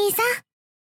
兄さん。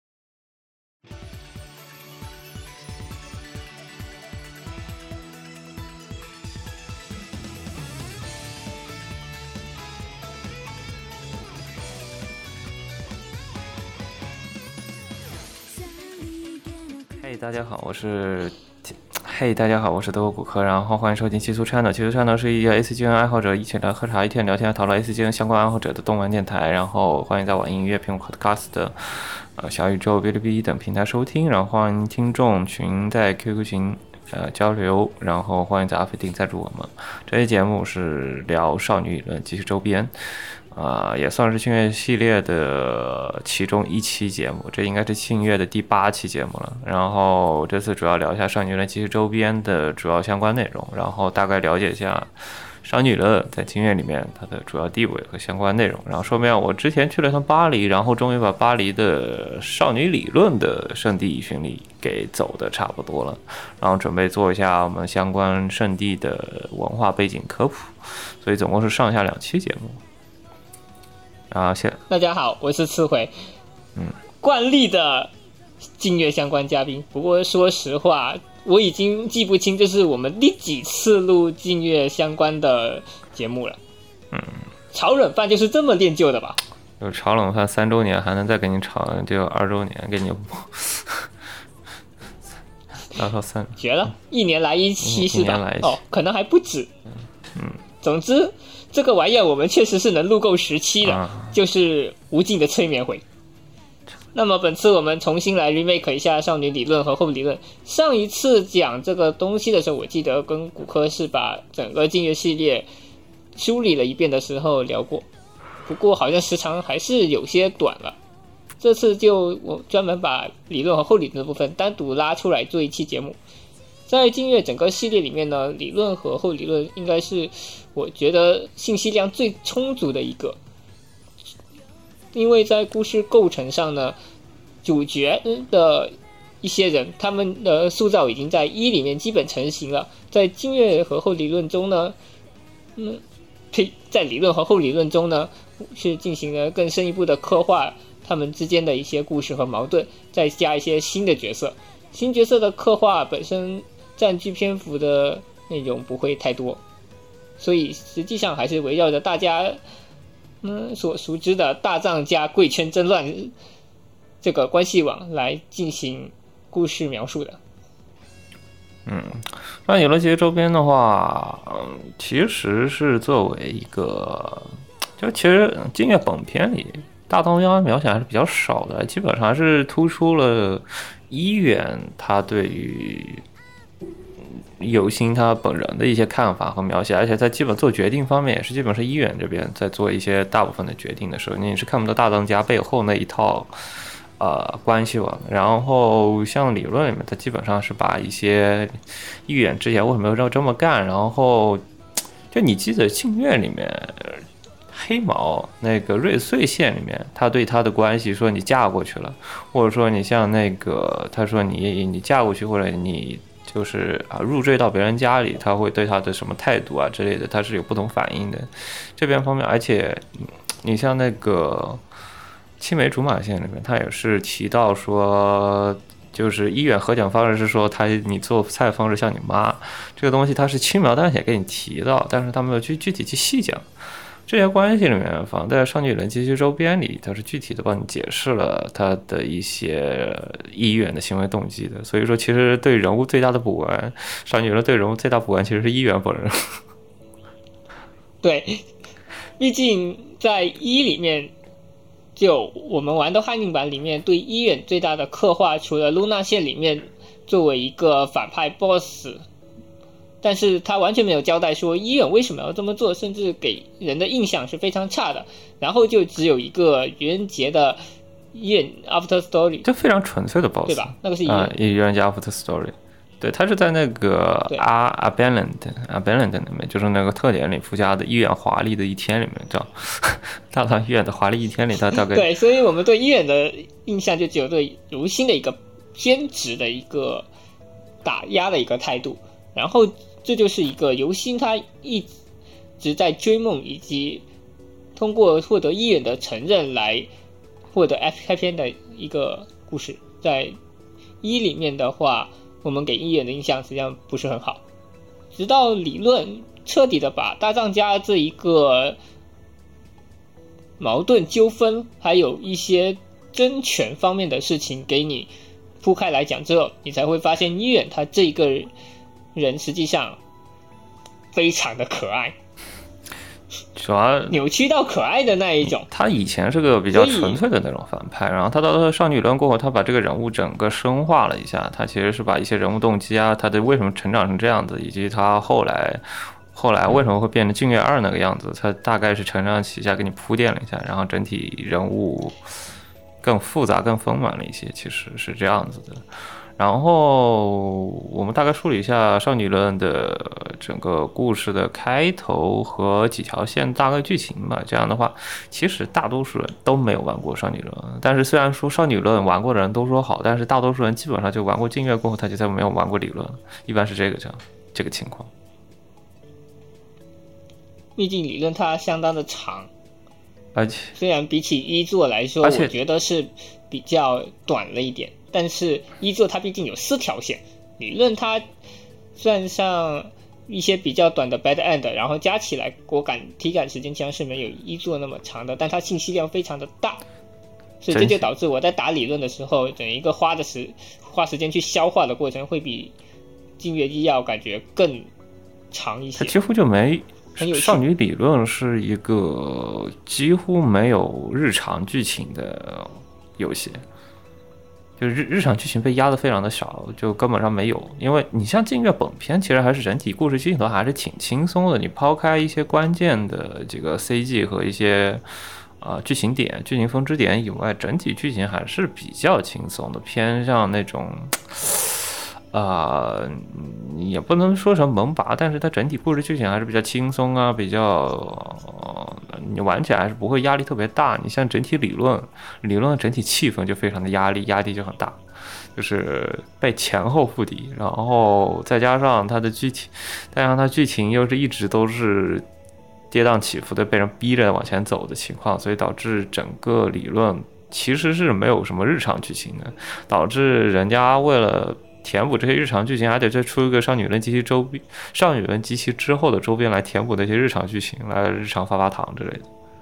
大家好，我是德国骨科，然后欢迎收听七速 channel。七速 channel 是一个 ACGN 爱好者一起来喝茶、一天聊天、讨论 ACGN 相关爱好者的动漫电台。然后欢迎在网易音乐、苹果 Podcast、小宇宙、哔哩哔哩等平台收听。然后欢迎听众群在 QQ 群交流，然后欢迎在阿飞丁赞助我们。这期节目是聊少女理论及其周边。也算是庆月系列的其中一期节目，这应该是庆月的第8期节目了。然后这次主要聊一下少女理论及其周边的主要相关内容，然后大概了解一下少女理论在庆月里面它的主要地位和相关内容。然后顺便我之前去了趟巴黎，然后终于把巴黎的少女理论的圣地巡礼给走的差不多了，然后准备做一下我们相关圣地的文化背景科普，所以总共是上下2期节目。 大家好，我是次回，惯例的静月相关嘉宾。不过说实话，我已经记不清这是我们第几次录静月相关的节目了。炒冷饭就是这么练就的吧？ 有炒冷饭3周年，还能再给你炒，就2周年给你达到3， 绝了！1年来1期是吧？哦，可能还不止。总之。这个玩意儿我们确实是能录够10期的，就是无尽的催眠回。那么本次我们重新来 remake 一下少女理论和后理论。上一次讲这个东西的时候，我记得跟骨科是把整个静月系列梳理了一遍的时候聊过，不过好像时长还是有些短了。这次就我专门把理论和后理论的部分单独拉出来做一期节目。在静月整个系列里面呢，理论和后理论应该是我觉得信息量最充足的一个，因为在故事构成上呢，主角的一些人他们的塑造已经在1里面基本成型了，在静月和后理论中呢，在理论和后理论中呢是进行了更深一步的刻画他们之间的一些故事和矛盾，再加一些新的角色。新角色的刻画本身占据篇幅的内容不会太多，所以实际上还是围绕着大家所熟知的大藏加贵圈争乱这个关系网来进行故事描述的。 那有了这些周边的话，其实是作为一个，就其实静月本片里大东央描写还是比较少的，基本上还是突出了医院他对于有心他本人的一些看法和描写，而且在基本做决定方面也是基本是医院这边在做一些大部分的决定的时候，你是看不到大当家背后那一套关系网。然后像理论里面他基本上是把一些医院之前为什么要这么干，然后就你记得庆月里面黑毛那个瑞穗县里面他对他的关系说你嫁过去了，或者说你像那个他说你嫁过去，或者你就是入赘到别人家里，他会对他的什么态度啊之类的，他是有不同反应的这边方面。而且你像那个青梅竹马县里面他也是提到说，就是医院核奖方式是说你做菜方式像你妈，这个东西他是轻描淡写给你提到，但是他没有具体去细讲。这些关系里面放在少女理论及其周边里，它是具体的帮你解释了他的一些医院的行为动机的。所以说其实对人物最大的补完，少女理论对人物最大补完其实是医院本人。 对，毕竟在1里面，就我们玩的汉映版里面对医院最大的刻画，除了露娜县里面作为一个反派 BOSS，但是他完全没有交代说医院为什么要这么做，甚至给人的印象是非常差的。然后就只有一个愚人节的医院 After Story， 这非常纯粹的 BOSS， 对吧？那个是愚人节 After Story， 对，他是在那个Abandoned 里面，就是那个特点里附加的医院华丽的一天里面，这样大唐医院的华丽一天里，他大概对，所以我们对医院的印象就只有对如新的一个偏执的一个打压的一个态度，然后这就是一个由心他一直在追梦，以及通过获得医院的承认来获得 Happy End 的一个故事。在一里面的话，我们给一人的印象实际上不是很好，直到理论彻底的把大藏家这一个矛盾纠纷还有一些争权方面的事情给你铺开来讲之后，你才会发现一人他这个人实际上非常的可爱， 主要扭曲到可爱的那一种。 他以前是个比较纯粹的那种反派，然后他到少女论过后，他把这个人物整个深化了一下，他其实是把一些人物动机啊，他的为什么成长成这样子，以及他后来为什么会变成净月2那个样子，他大概是承上启下给你铺垫了一下，然后整体人物更复杂更丰满了一些，其实是这样子的。然后我们大概梳理一下少女论的整个故事的开头和几条线大概剧情吧。这样的话，其实大多数人都没有玩过少女论，但是虽然说少女论玩过的人都说好，但是大多数人基本上就玩过净月过后，他就再没有玩过理论，一般是这个情况。 毕竟理论它相当的长， 而且虽然比起一作来说，我觉得是比较短了一点，但是一作它毕竟有4条线，理论它算上一些比较短的 bad end， 然后加起来体感时间实际上是没有一作那么长的，但它信息量非常的大，所以这就导致我在打理论的时候，整一个花时间去消化的过程会比净月一要感觉更长一些。 它几乎就没少女理论是一个几乎没有日常剧情的游戏，就是日常剧情被压得非常的少，就根本上没有。因为你像净月本片，其实还是整体故事镜头还是挺轻松的，你抛开一些关键的这个 CG 和一些剧情点、剧情分支点以外，整体剧情还是比较轻松的，偏向那种也不能说成萌拔，但是它整体故事剧情还是比较轻松啊，比较你玩起来还是不会压力特别大。你像整体理论的整体气氛就非常的压力就很大，就是被前后复敌，然后再加上它剧情又是一直都是跌宕起伏的，被人逼着往前走的情况，所以导致整个理论其实是没有什么日常剧情的，导致人家为了填补这些日常剧情，还得再出一个少女论及其周边、少女论及其之后的周边来填补那些日常剧情，来日常发糖之类的。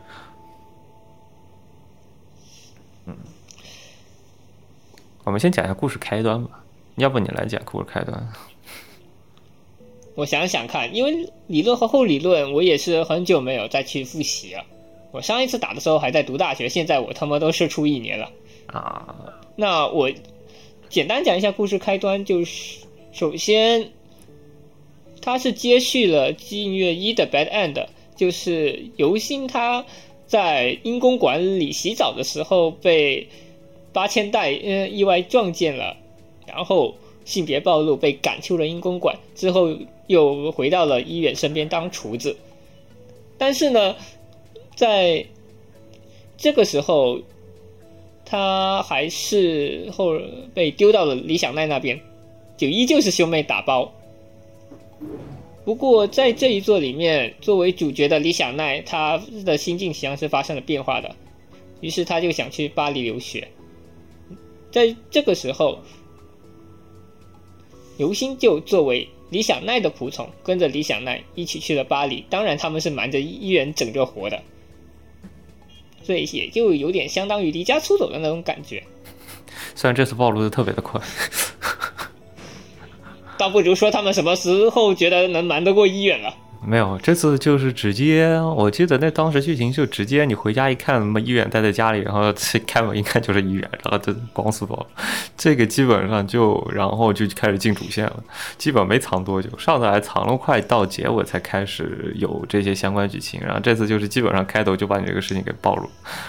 我们先讲一下故事开端吧，要不你来讲故事开端？ 我想想看，因为理论和后理论我也是很久没有再去复习了。我上一次打的时候还在读大学，现在我他妈都社畜1年了啊。那我简单讲一下故事开端，就是首先它是接续了净月1的 bad end， 就是游星他在阴公馆里洗澡的时候被8000代意外撞见了，然后性别暴露被赶出了阴公馆，之后又回到了医院身边当厨子。但是呢，在这个时候他还是被丢到了李小奈那边，就依旧是兄妹打包。不过在这一作里面，作为主角的李小奈他的心境实际上是发生了变化的，于是他就想去巴黎留学。在这个时候，游星就作为李小奈的仆从，跟着李小奈一起去了巴黎，当然他们是瞒着医院整着活的，所以也就有点相当于离家出走的那种感觉。 虽然这次暴露的特别的快， 倒不如说他们什么时候觉得能瞒得过医院了。 没有，这次就是直接，我记得那当时剧情就直接你回家一看，什么医院待在家里，然后开门一看就是医院，然后就光速暴，这个基本上然后就开始进主线了，基本没藏多久，上次还藏了快到结尾才开始有这些相关剧情，然后这次就是基本上开头就把你这个事情给暴露。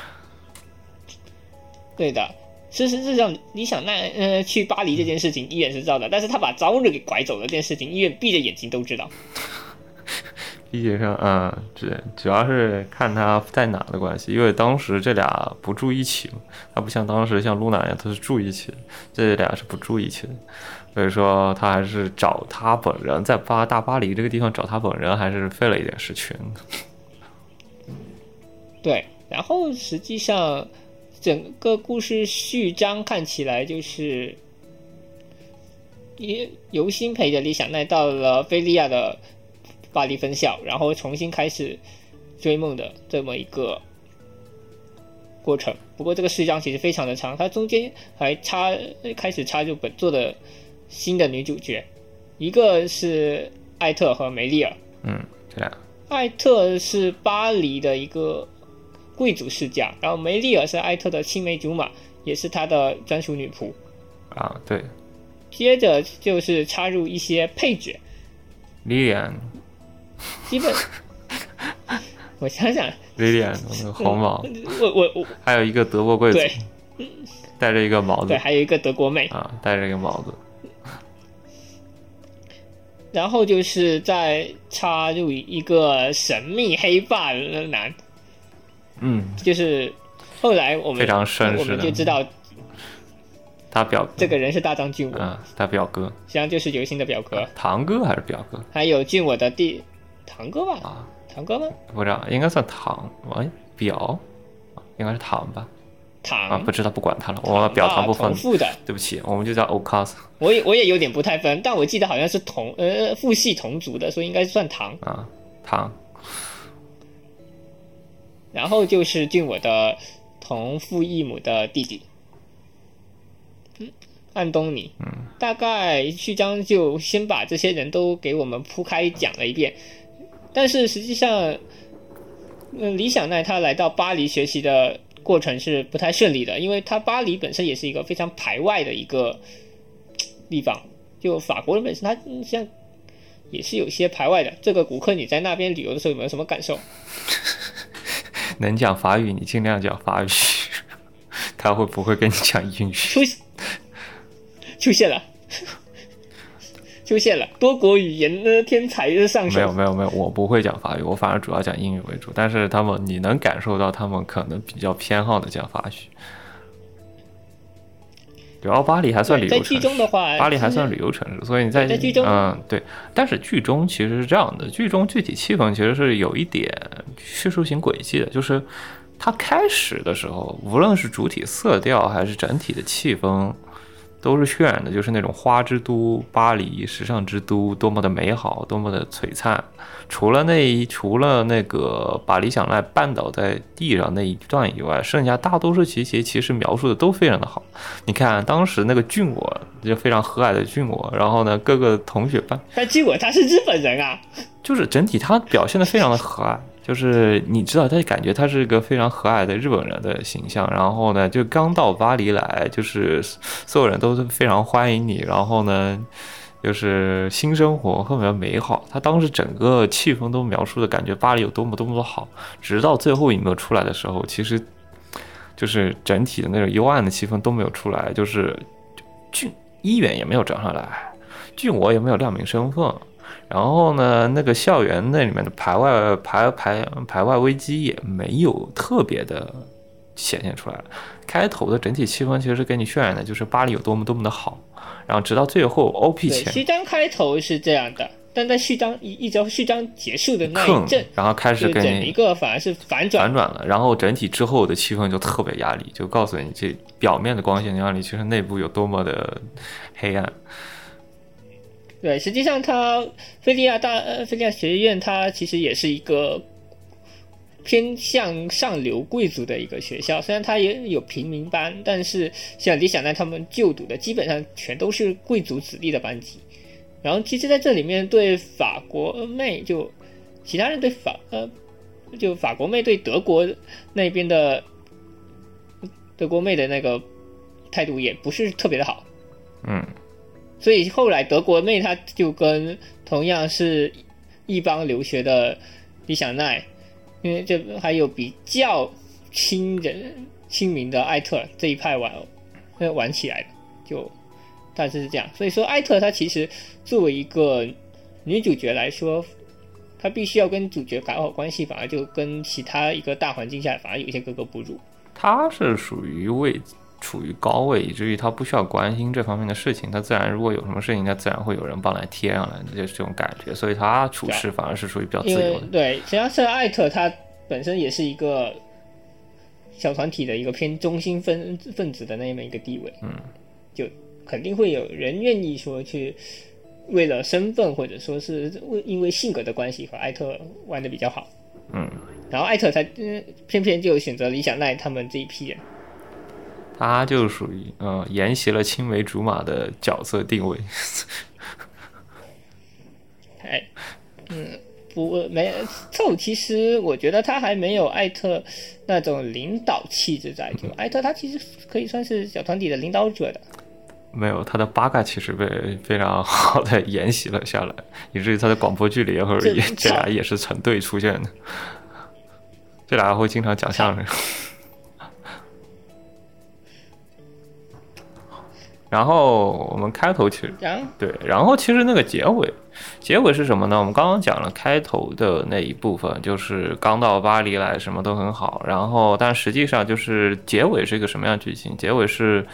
对的，事实上李小奈去巴黎这件事情医院是知道的，但是他把朝日给拐走了这件事情，医院闭着眼睛都知道。 理解上，主要是看他在哪的关系，因为当时这俩不住一起嘛，他不像当时像露娜一样，他是住一起的，这俩是不住一起的，所以说他还是找他本人在大巴黎这个地方找他本人，还是费了一点时权。 对，然后实际上整个故事序章看起来就是由新陪着李小奈到了菲利亚的巴黎分校，然后重新开始追梦的这么一个过程。不过这个序章其实非常的长，它中间还开始插入本作的新的女主角，一个是艾特和梅丽尔。 这样。 艾特是巴黎的一个贵族世家，然后梅丽尔是艾特的青梅竹马，也是他的专属女仆。 对。 接着就是插入一些配角， 莉莉安， 基本我想想， 莉莉安那个红毛， 我还有一个德国贵族，戴着一个帽子， 对，还有一个德国妹戴着一个帽子。 然后就是再插入一个神秘黑发男，就是后来我们非常绅士， 我们就知道他表哥这个人是大张俊我他表哥， 实际上就是游星的表哥， 堂哥还是表哥？ 还有俊我的堂哥吧？堂哥吗？ 不知道，应该算堂，表应该是堂吧？ 堂不知道，不管他了，我表堂不分。 同父的， 对不起，我们就叫 Ocas。 我也有点不太分，但我记得好像是父系同族的，所以应该算堂堂。 然后就是俊我的同父异母的弟弟，安东尼。大概序章就先把这些人都给我们铺开讲了一遍，但是实际上，李小奈他来到巴黎学习的过程是不太顺利的，因为他巴黎本身也是一个非常排外的一个地方，就法国人本身他像也是有些排外的。这个古克你在那边旅游的时候有没有什么感受？ 能讲法语你尽量讲法语，他会不会跟你讲英语？出现了多国语言的天才的上手。 没有，我不会讲法语，我反而主要讲英语为主。但是你能感受到他们可能比较偏好的讲法语。主要巴黎还算旅游城市， 在剧中的话， 巴黎还算旅游城市，所以你在剧中， 对。但是剧中其实是这样的，剧中具体气氛其实是有一点叙述型轨迹的，就是它开始的时候，无论是主体色调还是整体的气氛，都是渲染的就是那种花之都巴黎，时尚之都，多么的美好，多么的璀璨。除了那个把李小奈绊倒在地上那一段以外，剩下大多数其实描述的都非常的好。你看当时那个俊我就非常和蔼的俊我，然后呢各个同学班， 但俊我他是日本人啊， 就是整体他表现的非常的和蔼。就是你知道他感觉他是一个非常和蔼的日本人的形象，然后呢就刚到巴黎来，就是所有人都非常欢迎你，然后呢就是新生活特别美好。他当时整个气氛都描述的感觉巴黎有多么多么的好，直到最后一幕出来的时候，其实就是整体的那种幽暗的气氛都没有出来，就是医院也没有找上来，俊我也没有亮明身份，然后呢那个校园那里面的排外危机也没有特别的显现出来。开头的整体气氛其实是给你渲染的就是巴黎有多么多么的好，然后直到最后 OP 前序章开头是这样的，但在序章一直到序章结束的那一阵， 然后开始给你整一个反而是反转了，然后整体之后的气氛就特别压力，就告诉你这表面的光鲜亮丽，其实内部有多么的黑暗。 对，实际上它菲利亚学院它其实也是一个偏向上流贵族的一个学校，虽然它也有平民班，但是像李小奈他们就读的基本上全都是贵族子弟的班级。然后其实在这里面对法国妹就其他人对法国妹对德国那边的德国妹的那个态度也不是特别的好。所以后来德国妹她就跟同样是一帮留学的李小奈，因为这还有比较亲民的艾特这一派玩起来的，就大致是这样。所以说艾特她其实作为一个女主角来说，她必须要跟主角搞好关系，反而就跟其他一个大环境下反而有一些格格不入。 她是属于处于高位，以至于他不需要关心这方面的事情，他自然如果有什么事情，他自然会有人帮来贴上来的，就是这种感觉。所以他处事反而是属于比较自由的。 对，实际上是艾特他本身也是一个小团体的一个偏中心分子的那么一个地位，就肯定会有人愿意说去为了身份或者说是因为性格的关系和艾特玩的比较好，然后艾特才偏偏就选择理想奈他们这一批人， 他就属于沿袭了青梅竹马的角色定位。 凑其实我觉得他还没有艾特那种领导气质在，就艾特他其实可以算是小团体的领导者的。 没有，他的八嘎其实被非常好的沿袭了下来，以至于他的广播剧里或者这俩也是成对出现的，这俩会经常讲相声。然后我们开头其实对，然后其实那个结尾是什么呢？我们刚刚讲了开头的那一部分，就是刚到巴黎来，什么都很好。然后，但实际上就是结尾是一个什么样的剧情？结尾是，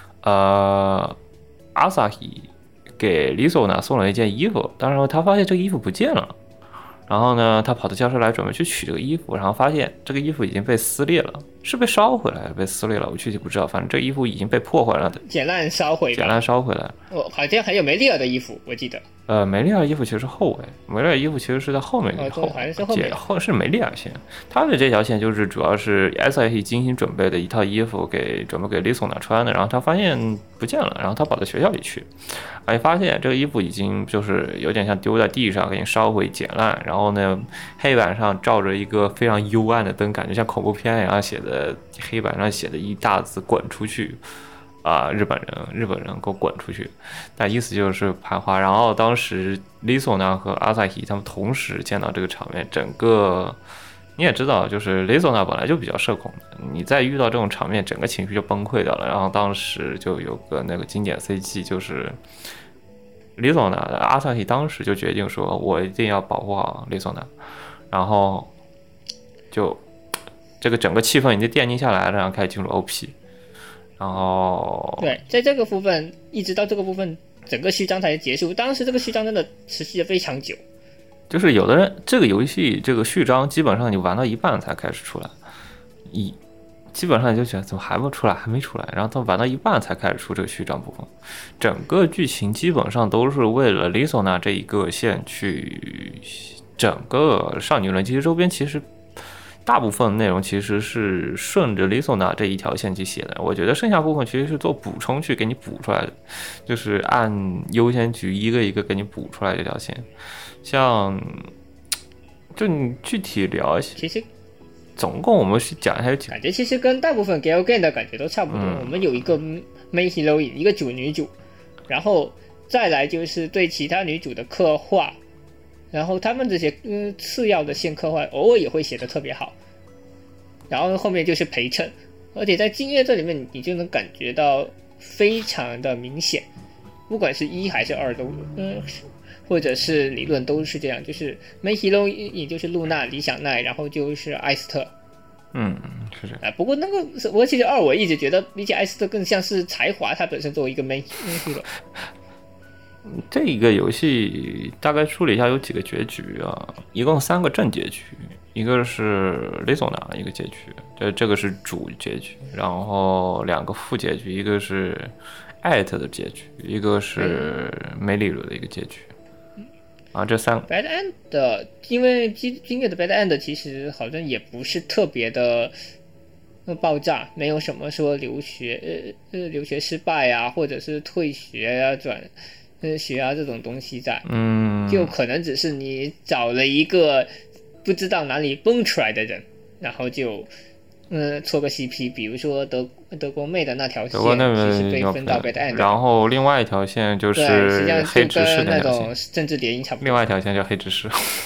阿萨希给里索娜送了一件衣服，当然他发现这个衣服不见了。然后呢，他跑到教室来准备去取这个衣服，然后发现这个衣服已经被撕裂了，是被烧回来，被撕裂了，我具体不知道，反正这个衣服已经被破坏了的， 简烂烧回来。 好像还有梅丽尔的衣服，我记得。 梅丽尔衣服其实是后尾，梅丽尔衣服其实是在后面好像是后面是梅丽尔线，他的这条线就是主要是 SIT 精心准备的一套衣服准备给李索娜穿的，然后他发现不见了，然后他跑到学校里去，而且发现这个衣服已经就是有点像丢在地上，给你烧毁剪烂，然后呢黑板上照着一个非常幽暗的灯，感觉像恐怖片一样写的，黑板上写的一大字滚出去。日本人给我滚出去，但意思就是盘花。然后当时里索娜和阿萨希他们同时见到这个场面，整个你也知道，就是里索娜本来就比较社恐的，你再遇到这种场面，整个情绪就崩溃掉了。然后当时就有个那个经典 CG， 就是里索娜的阿萨希当时就决定说，我一定要保护好里索娜，然后就这个整个气氛已经奠定下来了，然后开始进入 OP。然后对，在这个部分一直到这个部分整个序章才结束，当时这个序章真的持续了非常久， 就是有的人这个游戏这个序章基本上你玩到一半才开始出来，基本上你就觉得怎么还没出来，然后他玩到一半才开始出这个序章部分，整个剧情基本上都是为了里索娜这一个线去，整个少女论其实周边其实大部分内容其实是顺着里索娜这一条线去写的，我觉得剩下部分其实是做补充去给你补出来的，就是按优先级一个一个给你补出来这条线。像就你具体聊一下， 其实总共我们去讲一下， 感觉其实跟大部分 Gal Game 的感觉都差不多。我们有一个 main heroine， 一个主女主，然后再来就是对其他女主的刻画。然后他们这些次要的线刻画偶尔也会写得特别好，然后后面就是陪衬，而且在金月这里面你就能感觉到非常的明显，不管是1还是2都或者是理论都是这样，就是 main hero 也就是露娜、理想奈，然后就是艾斯特， 是这样。不过那个我其实2我一直觉得比起艾斯特更像是才华，他本身作为一个 main hero。 这一个游戏大概梳理一下有几个结局啊，一共3个正结局，一个是雷索娜一个结局，这个是主结局，然后2个副结局，一个是艾特的结局，一个是梅里鲁的一个结局。这3个 Bad End， 因为今月的 Bad End 其实好像也不是特别的爆炸，没有什么说留学失败啊，或者是退学啊转学啊这种东西在，就可能只是你找了一个不知道哪里蹦出来的人，然后就搓个 CP， 比如说德国妹的那条线其实被分到 Bad End， 然后另外一条线就是黑执事那种政治联姻差不多， 另外一条线叫黑执事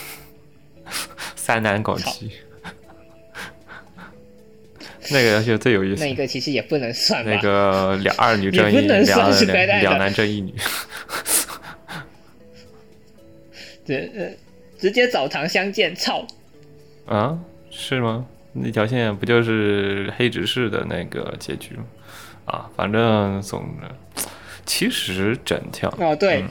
3男搞基。那个就最有意思， 那个其实也不能算吧， 那个2女正义，2男正1女， 直接澡堂相见，操！ 是吗？那条线不就是黑执事的那个结局吗？反正其实整条对，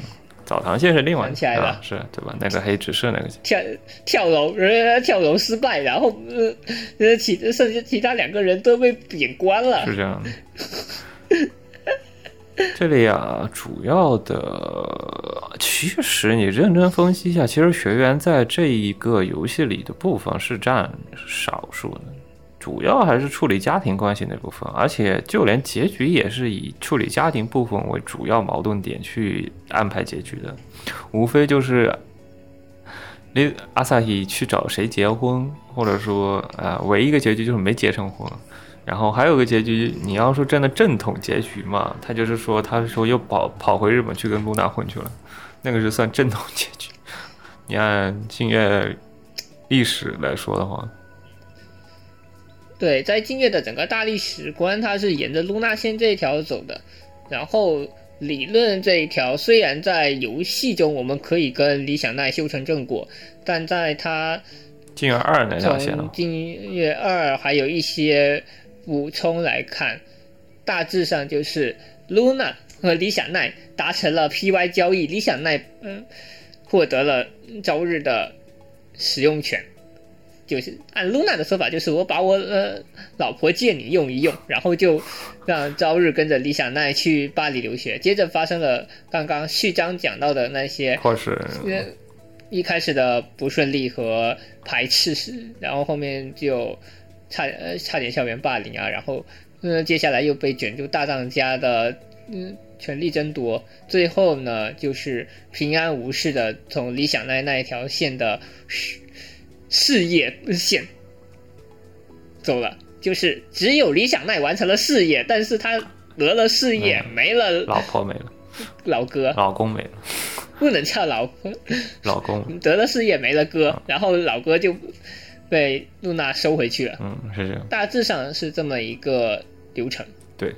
澡堂线是另外想起来了， 是对吧？那个黑执事那个跳楼失败，然后甚至其他2个人都被贬官了， 是这样的。这里啊，主要的其实你认真分析一下，其实学员在这一个游戏里的部分是占少数的，主要还是处理家庭关系那部分，而且就连结局也是以处理家庭部分为主要矛盾点去安排结局的，无非就是阿萨希去找谁结婚，或者说唯一一个结局就是没结成婚。然后还有个结局，你要说真的正统结局嘛，他说又跑回日本去跟露娜混去了，那个是算正统结局。你按净月历史来说的话， 对，在净月的整个大历史观，它是沿着露娜线这一条走的。然后理论这一条，虽然在游戏中我们可以跟李想奈修成正果，但在它净月2那条线了， 净月2还有一些补充来看，大致上就是露娜和李想奈达成了 PY 交易，李想奈获得了朝日的使用权，就是按露娜的说法，就是我把我老婆借你用一用，然后就让朝日跟着李想奈去巴黎留学。接着发生了刚刚序章讲到的那些， 或是一开始的不顺利和排斥，然后后面就差点校园霸凌啊，然后接下来又被卷入大藏家的权力争夺，最后呢就是平安无事的从李想奈那一条线的事业线走了，就是只有李想奈完成了事业，但是他得了事业，没了老婆，没了老哥， 老公没了， 不能叫老公得了事业没了哥，然后老哥就被露娜收回去了。 是这样， 大致上是这么一个流程。 对，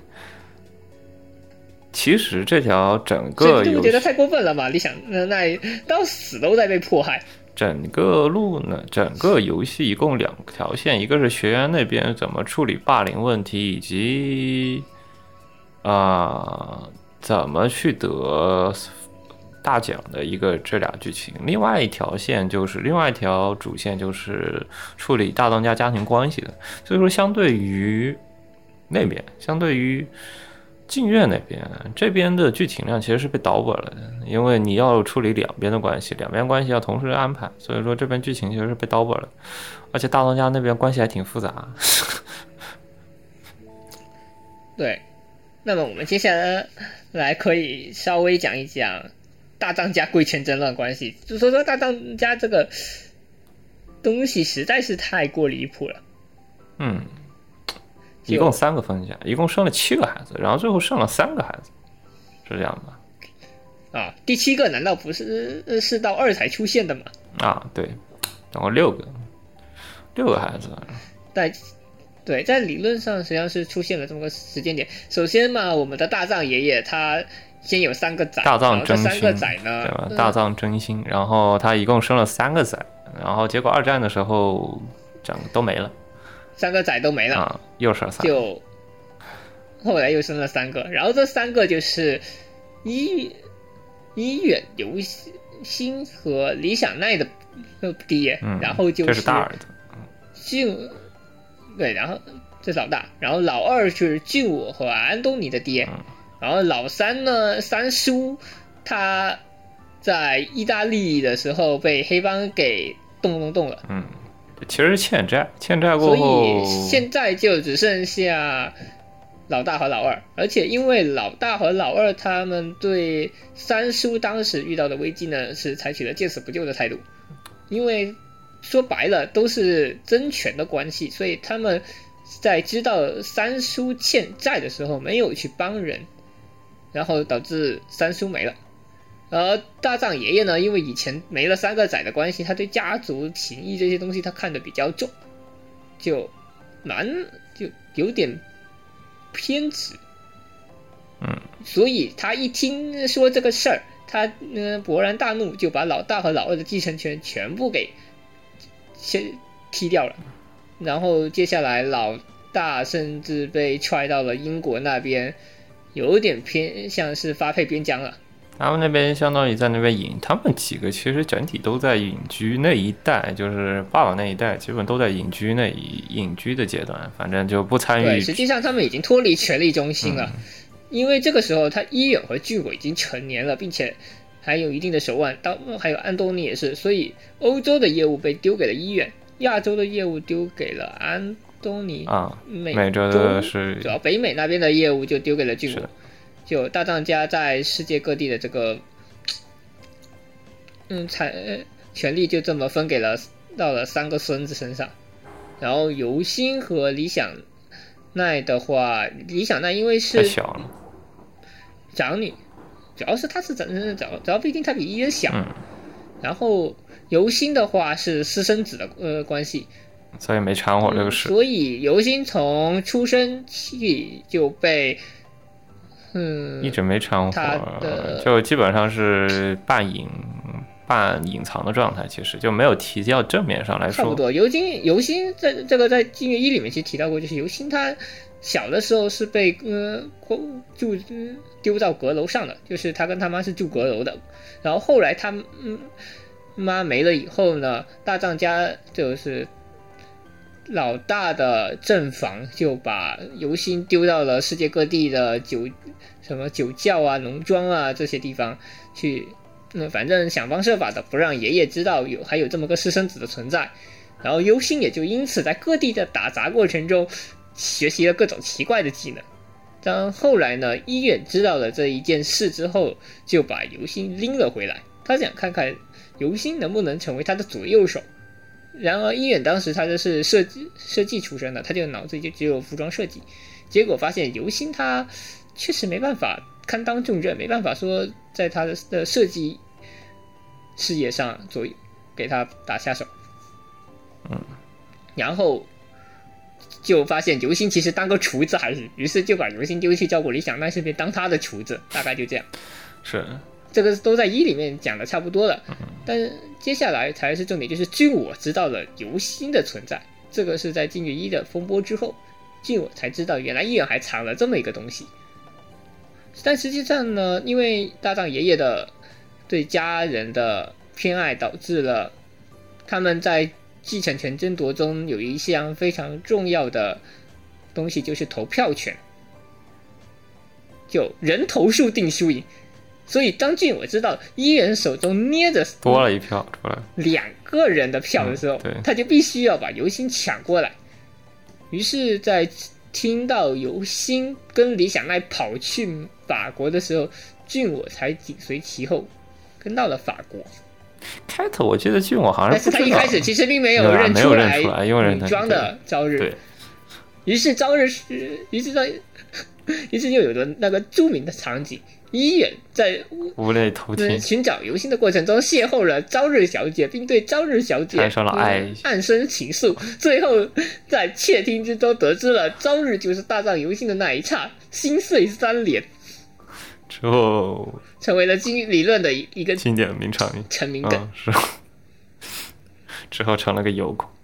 其实这条整个游戏，你不觉得太过分了吗？李想奈到死都在被迫害。 整个游戏一共2条线，一个是学员那边怎么处理霸凌问题，以及怎么去得大奖的这俩剧情。另外一条主线就是处理大当家家庭关系的。所以说相对于净月那边，这边的剧情量其实是被倒本了的，因为你要处理两边关系要同时安排，所以说这边剧情其实是被倒本了，而且大当家那边关系还挺复杂。 对，那么我们接下来可以稍微讲一讲大当家贵圈争乱关系，就说大当家这个东西实在是太过离谱了。 一共3个分家，一共生了7个孩子，然后最后生了3个孩子，是这样吧？第7个难道不是到2才出现的吗？ 对，总共6个孩子。 对，在理论上实际上是出现了这么个时间点。首先嘛，我们的大藏爷爷他先有3个崽， 大藏真心， 然后这3个崽呢， 对吧？大藏真心，然后他一共生了3个崽，然后结果2战的时候整个都没了。 3个崽都没了， 又生3个， 就后来又生了3个，然后这3个就是伊远由心和李想奈的爹，然后这是大儿子， 对，然后这是老大，然后老2是俊我和安东尼的爹，然后老3呢，三叔他在意大利的时候被黑帮给动了， 其实欠债过后， 所以现在就只剩下老大和老2，而且因为老大和老2他们对三叔当时遇到的危机呢是采取了见死不救的态度，因为说白了都是争权的关系，所以他们在知道三叔欠债的时候没有去帮人，然后导致三叔没了。而大藏爷爷呢，因为以前没了3个崽的关系，他对家族情谊这些东西他看得比较重，就有点偏执。所以他一听说这个事儿，他勃然大怒，就把老大和老2的继承权全部给先踢掉了。然后接下来老大甚至被踹到了英国那边，有点偏向是发配边疆了。 他们那边相当于在那边他们几个其实整体都在隐居那一代，就是爸爸那一代，基本都在隐居的阶段，反正就不参与。 对，实际上他们已经脱离权力中心了，因为这个时候他伊远和俊我已经成年了，并且还有一定的手腕，还有安东尼也是，所以欧洲的业务被丢给了伊远，亚洲的业务丢给了安东尼啊， 美洲的是主要北美那边的业务就丢给了俊我。就大藏家在世界各地的这个权力就这么分给了到了3个孙子身上。然后尤心和理想奈的话，理想奈因为是太小了， 长女，主要是她是主要毕竟她比伊人小，然后尤心的话是私生子的关系， 所以没掺和这个事。 所以尤心从出生起就被一直没掺和，就基本上是半隐藏的状态，其实就没有提到正面上来说。 差不多，尤心在这个在《金月一》里面其实提到过，就是尤心他小的时候是被丢到阁楼上的，就是他跟他妈是住阁楼的，然后后来他妈没了以后呢，大藏家就是老大的正房就把尤心丢到了世界各地的什么酒窖啊、农庄啊这些地方去，反正想方设法的不让爷爷知道还有这么个私生子的存在。然后尤心也就因此在各地的打杂过程中学习了各种奇怪的技能。当后来呢，医院知道了这一件事之后，就把尤心拎了回来，他想看看尤心能不能成为他的左右手。然而医院当时他就是设计出身的，他就脑子里就只有服装设计，结果发现尤心他确实没办法堪当重任，没办法说在他的设计事业上给他打下手。然后就发现尤心其实当个厨子还是，于是就把尤心丢去照顾理想奈身边当他的厨子，大概就这样。 是这个都在1里面讲的差不多了，但是接下来才是重点，就是俊我知道了尤心的存在。这个是在金月1的风波之后，俊我才知道原来伊人还藏了这么一个东西。但实际上呢，因为大藏爷爷的对家人的偏爱，导致了他们在继承权争夺中有一项非常重要的东西，就是投票权，就人头数定输赢。所以当俊我知道伊人手中捏着多了一票出来 2个人的票的时候，他就必须要把尤心抢过来。于是在听到尤心跟理想奈跑去法国的时候，俊我才紧随其后跟到了法国。 开头我记得俊我好像但是他一开始其实并没有认出来女装的朝日，于是就有了那个著名的场景，伊远在无泪偷听寻找尤心的过程中邂逅了朝日小姐，并对朝日小姐暗生情愫，最后在窃听之中得知了朝日就是大藏尤心的那一刹，心碎3连， 之后成为了理论的一个经典名场面成名梗， 是之后成了个油孔。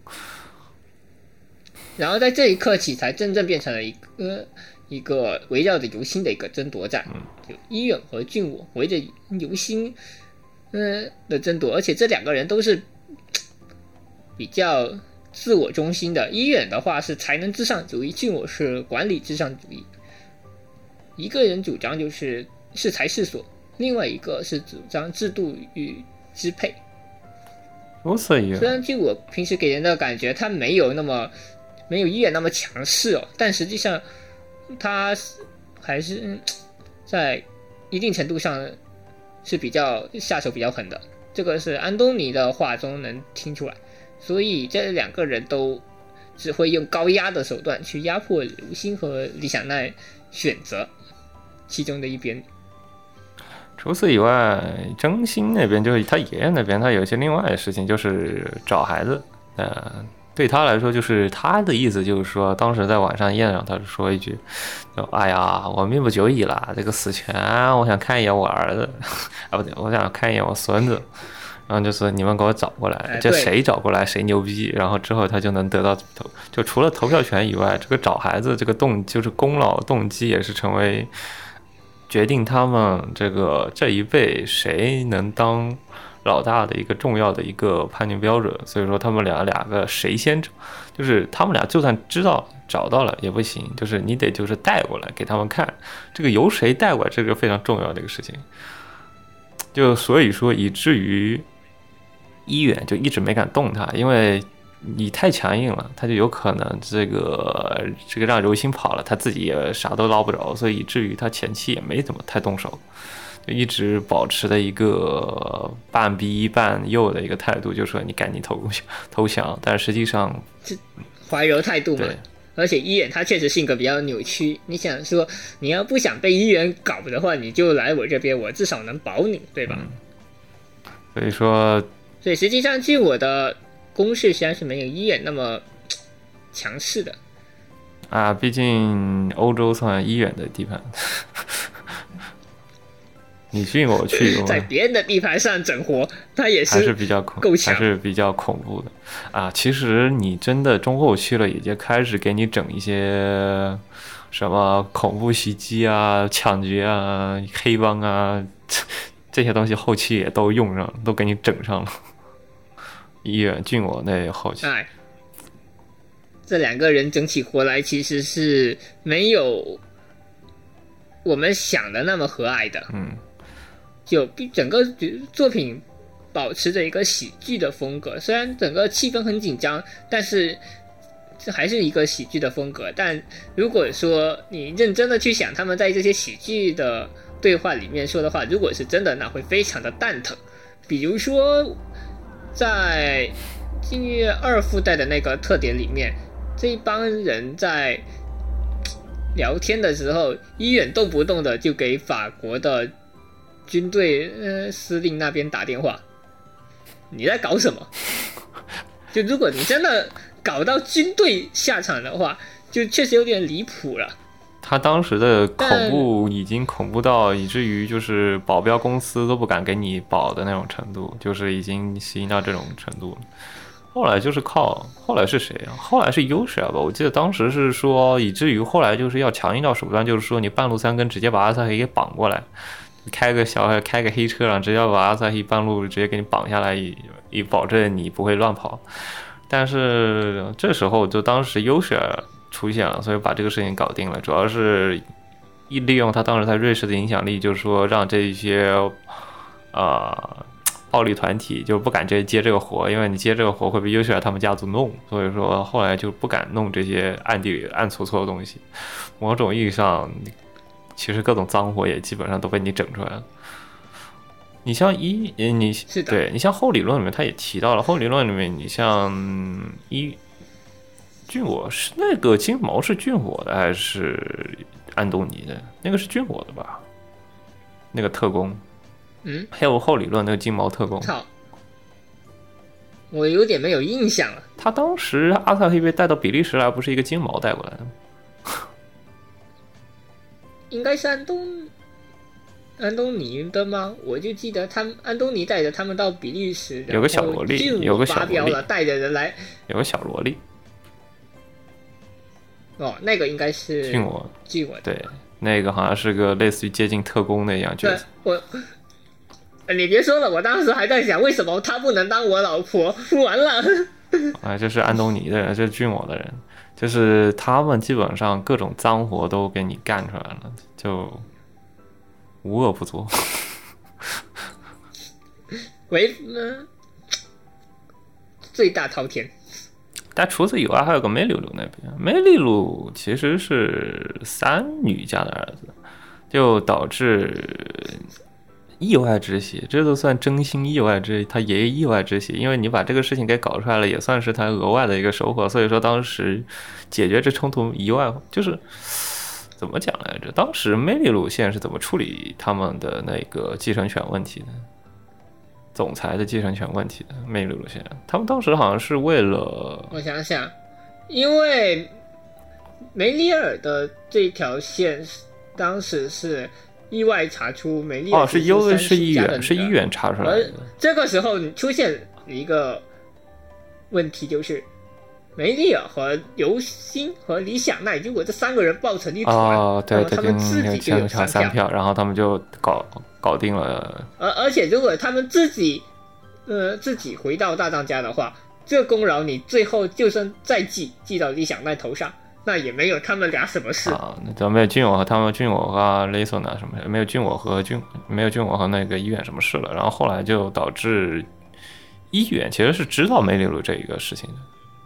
然后在这一刻起才真正变成了一个围绕着尤心的一个争夺战，就伊远和俊我围着尤心的争夺，而且这2个人都是比较自我中心的。伊远的话是才能至上主义，俊我是管理至上主义。一个人主张就是适才适所，另外一个是主张制度与支配。虽然俊我平时给人的感觉他没有伊远那么强势哦，但实际上他还是在一定程度上是比较下手比较狠的，这个是安东尼的话中能听出来。所以这2个人都只会用高压的手段去压迫尤心和理想奈选择其中的一边。 除此以外，真心那边就是他爷爷那边，他有一些另外的事情，就是找孩子。对他来说，就是他的意思就是说，当时在晚上宴上，他就说一句：“哎呀，我命不久矣了，这个死前我想看一眼我儿子，啊不对，我想看一眼我孙子。”然后就说你们给我找过来，就谁找过来谁牛逼，然后之后他就能得到就除了投票权以外，这个找孩子这个就是功劳动机也是成为决定他们这一辈谁能当老大的一个重要的一个判定标准。所以说他们两个谁先找，就是他们俩就算知道找到了也不行，就是你得就是带过来给他们看，这个由谁带过来这个非常重要的一个事情。就所以说以至于医院就一直没敢动他，因为你太强硬了，他就有可能这个让柔星跑了，他自己也啥都捞不着，所以以至于他前期也没怎么太动手，就一直保持的一个半逼半诱的一个态度，就说你赶紧投降，但实际上怀柔态度嘛。而且医院他确实性格比较扭曲，你想说你要不想被医院搞的话，你就来我这边，我至少能保你，对吧？ 所以实际上据我的攻势实际上是没有医院那么强势的啊，毕竟欧洲算医院的地盘。你信我去， 在别人的地盘上整活，他也还是比较够强， 还是比较恐怖的啊。其实你真的中后期了，也就开始给你整一些什么恐怖袭击啊、抢劫啊、黑帮啊这些东西，后期也都用上，都给你整上了。医院俊我那后期， 这两个人整起活来，其实是没有我们想的那么和蔼的。就整个作品保持着一个喜剧的风格，虽然整个气氛很紧张，但是这还是一个喜剧的风格。但如果说你认真的去想他们在这些喜剧的对话里面说的话，如果是真的，那会非常的蛋疼。比如说在禁月2附带的那个特点里面，这一帮人在聊天的时候，医院动不动的就给法国的军队司令那边打电话，你在搞什么？就如果你真的搞到军队下场的话，就确实有点离谱了。 他当时的恐怖已经恐怖到以至于就是保镖公司都不敢给你保的那种程度，就是已经行到这种程度了。后来是谁啊？后来是优势吧？我记得当时是说，以至于后来就是要强硬到手段，就是说你半路3根直接把阿萨黑给绑过来。开个黑车上，直接把阿萨希半路直接给你绑下来，以保证你不会乱跑。但是这时候就当时优势出现了，所以把这个事情搞定了。主要是利用他当时在瑞士的影响力，就是说让这些暴力团体就不敢直接接这个活，因为你接这个活会被优势他们家族弄，所以说后来就不敢弄这些暗地里暗搓搓的东西。某种意义上，其实各种脏活也基本上都被你整出来了。你像对你像后理论里面他也提到了，后理论里面你像俊我是那个金毛是俊我的还是安东尼的？那个是俊我的吧？那个特工，还有后理论那个金毛特工。 操，我有点没有印象了。 他当时阿萨黑被带到比利时来，不是一个金毛带过来的吗？ 应该是安东尼的吗？我就记得安东尼带着他们到比利时， 有个小萝莉，有个小萝莉了， 带着人来， 有个小萝莉。 哦，那个应该是俊我， 对，那个好像是个类似于接近特工那样角色。 你别说了，我当时还在想，为什么他不能当我老婆？完了， 这是安东尼的人，这是俊我的人。就是他们基本上各种脏活都给你干出来了，就无恶不作。 最大滔天。 但除此以外，还有个梅里鲁那边。梅里鲁其实是3女家的儿子，就导致意外之喜，这都算真心意外之喜，他爷爷意外之喜，因为你把这个事情给搞出来了，也算是他额外的一个收获。所以说当时解决这冲突以外，就是怎么讲来着？当时梅里鲁县是怎么处理他们的那个继承权问题的？总裁的继承权问题的梅里鲁县，他们当时好像是为了， 我想想，因为梅里尔的这条线当时是意外查出梅里尔是医院查出来的。 这个时候你出现一个问题，就是梅丽尔和游星和理想，那如果这3个人抱成一团， 对， 他们自己就有3 票，然后他们就搞定了。 而且如果他们自己回到大当家的话，这功劳你最后就算再记到理想奈头上，那也没有他们俩什么事啊。那没有俊我和他们，俊我和雷索纳什么，没有俊我和那个医院什么事了。然后后来就导致医院其实是知道梅里鲁这一个事情的。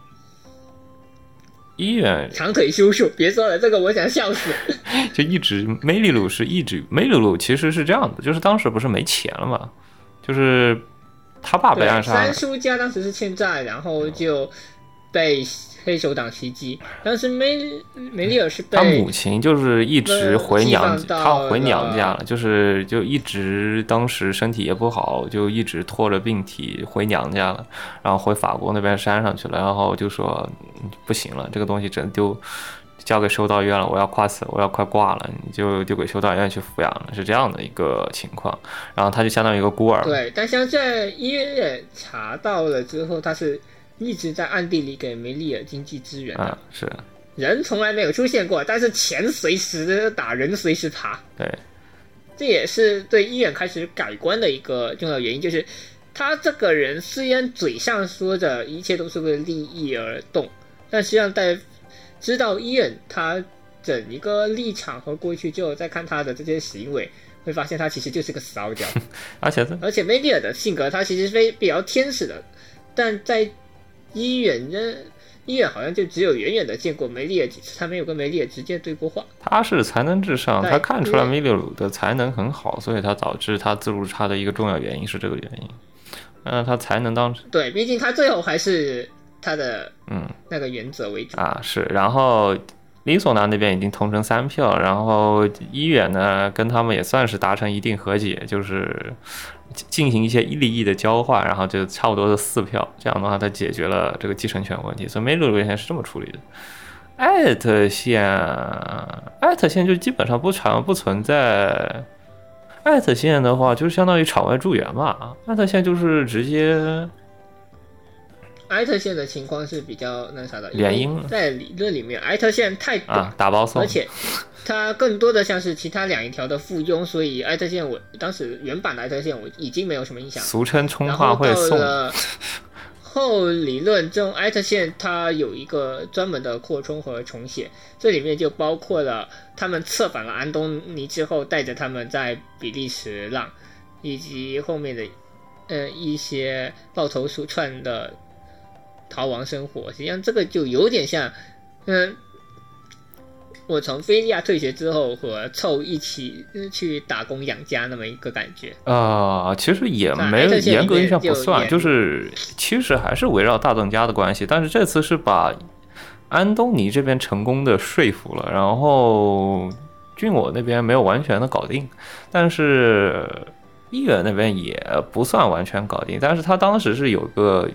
医院长腿叔叔，别说了，这个我想笑死。 就梅里鲁其实是这样的，就是当时不是没钱了嘛，就是他爸被暗杀了， 三叔家当时是欠债，然后就被黑手党袭击。当时梅丽尔是被他母亲就是一直回娘家了，就一直当时身体也不好，就一直拖着病体回娘家了，然后回法国那边山上去了，然后就说不行了，这个东西真丢。交给修道院了，我要快挂了，你就丢给修道院去抚养了，是这样的一个情况。然后他就相当于一个孤儿。 对，但像在医院查到了之后，他是一直在暗地里给梅丽尔经济支援的。 是人从来没有出现过，但是钱随时打，人随时爬。 对， 这也是对医院开始改观的一个重要原因，就是他这个人虽然嘴上说着一切都是为了利益而动，但实际上在知道伊恩他整一个立场和过去之后，再看他的这些行为，会发现他其实就是个死傲娇。而且梅丽尔的性格，他其实是比较天使的，但在医院好像就只有远远的见过梅丽尔几次，他没有跟梅丽尔直接对过话。 他是才能至上，他看出来梅丽尔的才能很好，所以他导致他自入差的一个重要原因是这个原因。他才能当时对，毕竟他最后还是他的那个原则为主是。然后理索纳那边已经同城3票，然后医院呢跟他们也算是达成一定和解，就是进行一些利益的交换，然后就差不多是4票，这样的话他解决了这个继承权问题。所以梅鲁现在是这么处理的。艾特线就基本上不存在。艾特线的话就是相当于场外助援嘛，艾特线就是直接。 艾特线的情况是比较那啥的， 原因在理论里面，艾特线太短， 打包送， 而且它更多的像是其他2条的附庸，所以艾特线我当时原版的艾特线我已经没有什么印象， 俗称充话会送。 后理论这种艾特线它有一个专门的扩充和重写，这里面就包括了他们策反了安东尼之后带着他们在比利时浪，以及后面的一些抱头鼠窜的逃亡生活。实际上这个就有点像我从菲利亚退学之后和凑一起去打工养家那么一个感觉。 其实也没有严格意义上不算，就是其实还是围绕大当家的关系，但是这次是把安东尼这边成功的说服了，然后俊我那边没有完全的搞定，但是医院那边也不算完全搞定，但是他当时是有个。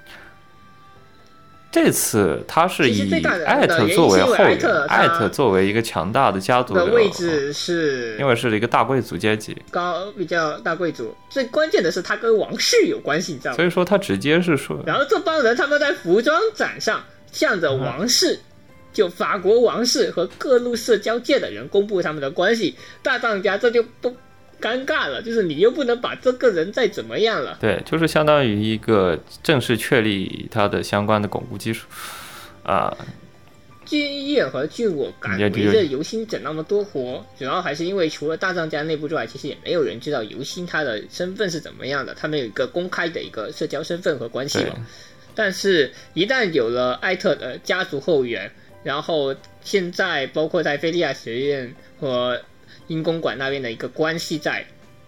这次他是以艾特作为后援，艾特作为一个强大的家族的位置，是因为是一个大贵族阶级， 比较大贵族。最关键的是他跟王室有关系，你知道吗？ 所以说他直接是说， 然后这帮人他们在服装展上向着王室，就法国王室和各路社交界的人公布他们的关系，大当家这就都尴尬了，就是你又不能把这个人再怎么样了。 对，就是相当于一个正式确立他的相关的巩固基础俊彦和俊我敢围着尤星整那么多活，主要还是因为除了大当家内部之外，其实也没有人知道尤星他的身份是怎么样的，他们有一个公开的一个社交身份和关系嘛。但是一旦有了艾特的家族后援，然后现在包括在菲利亚学院和英公馆那边的一个关系在，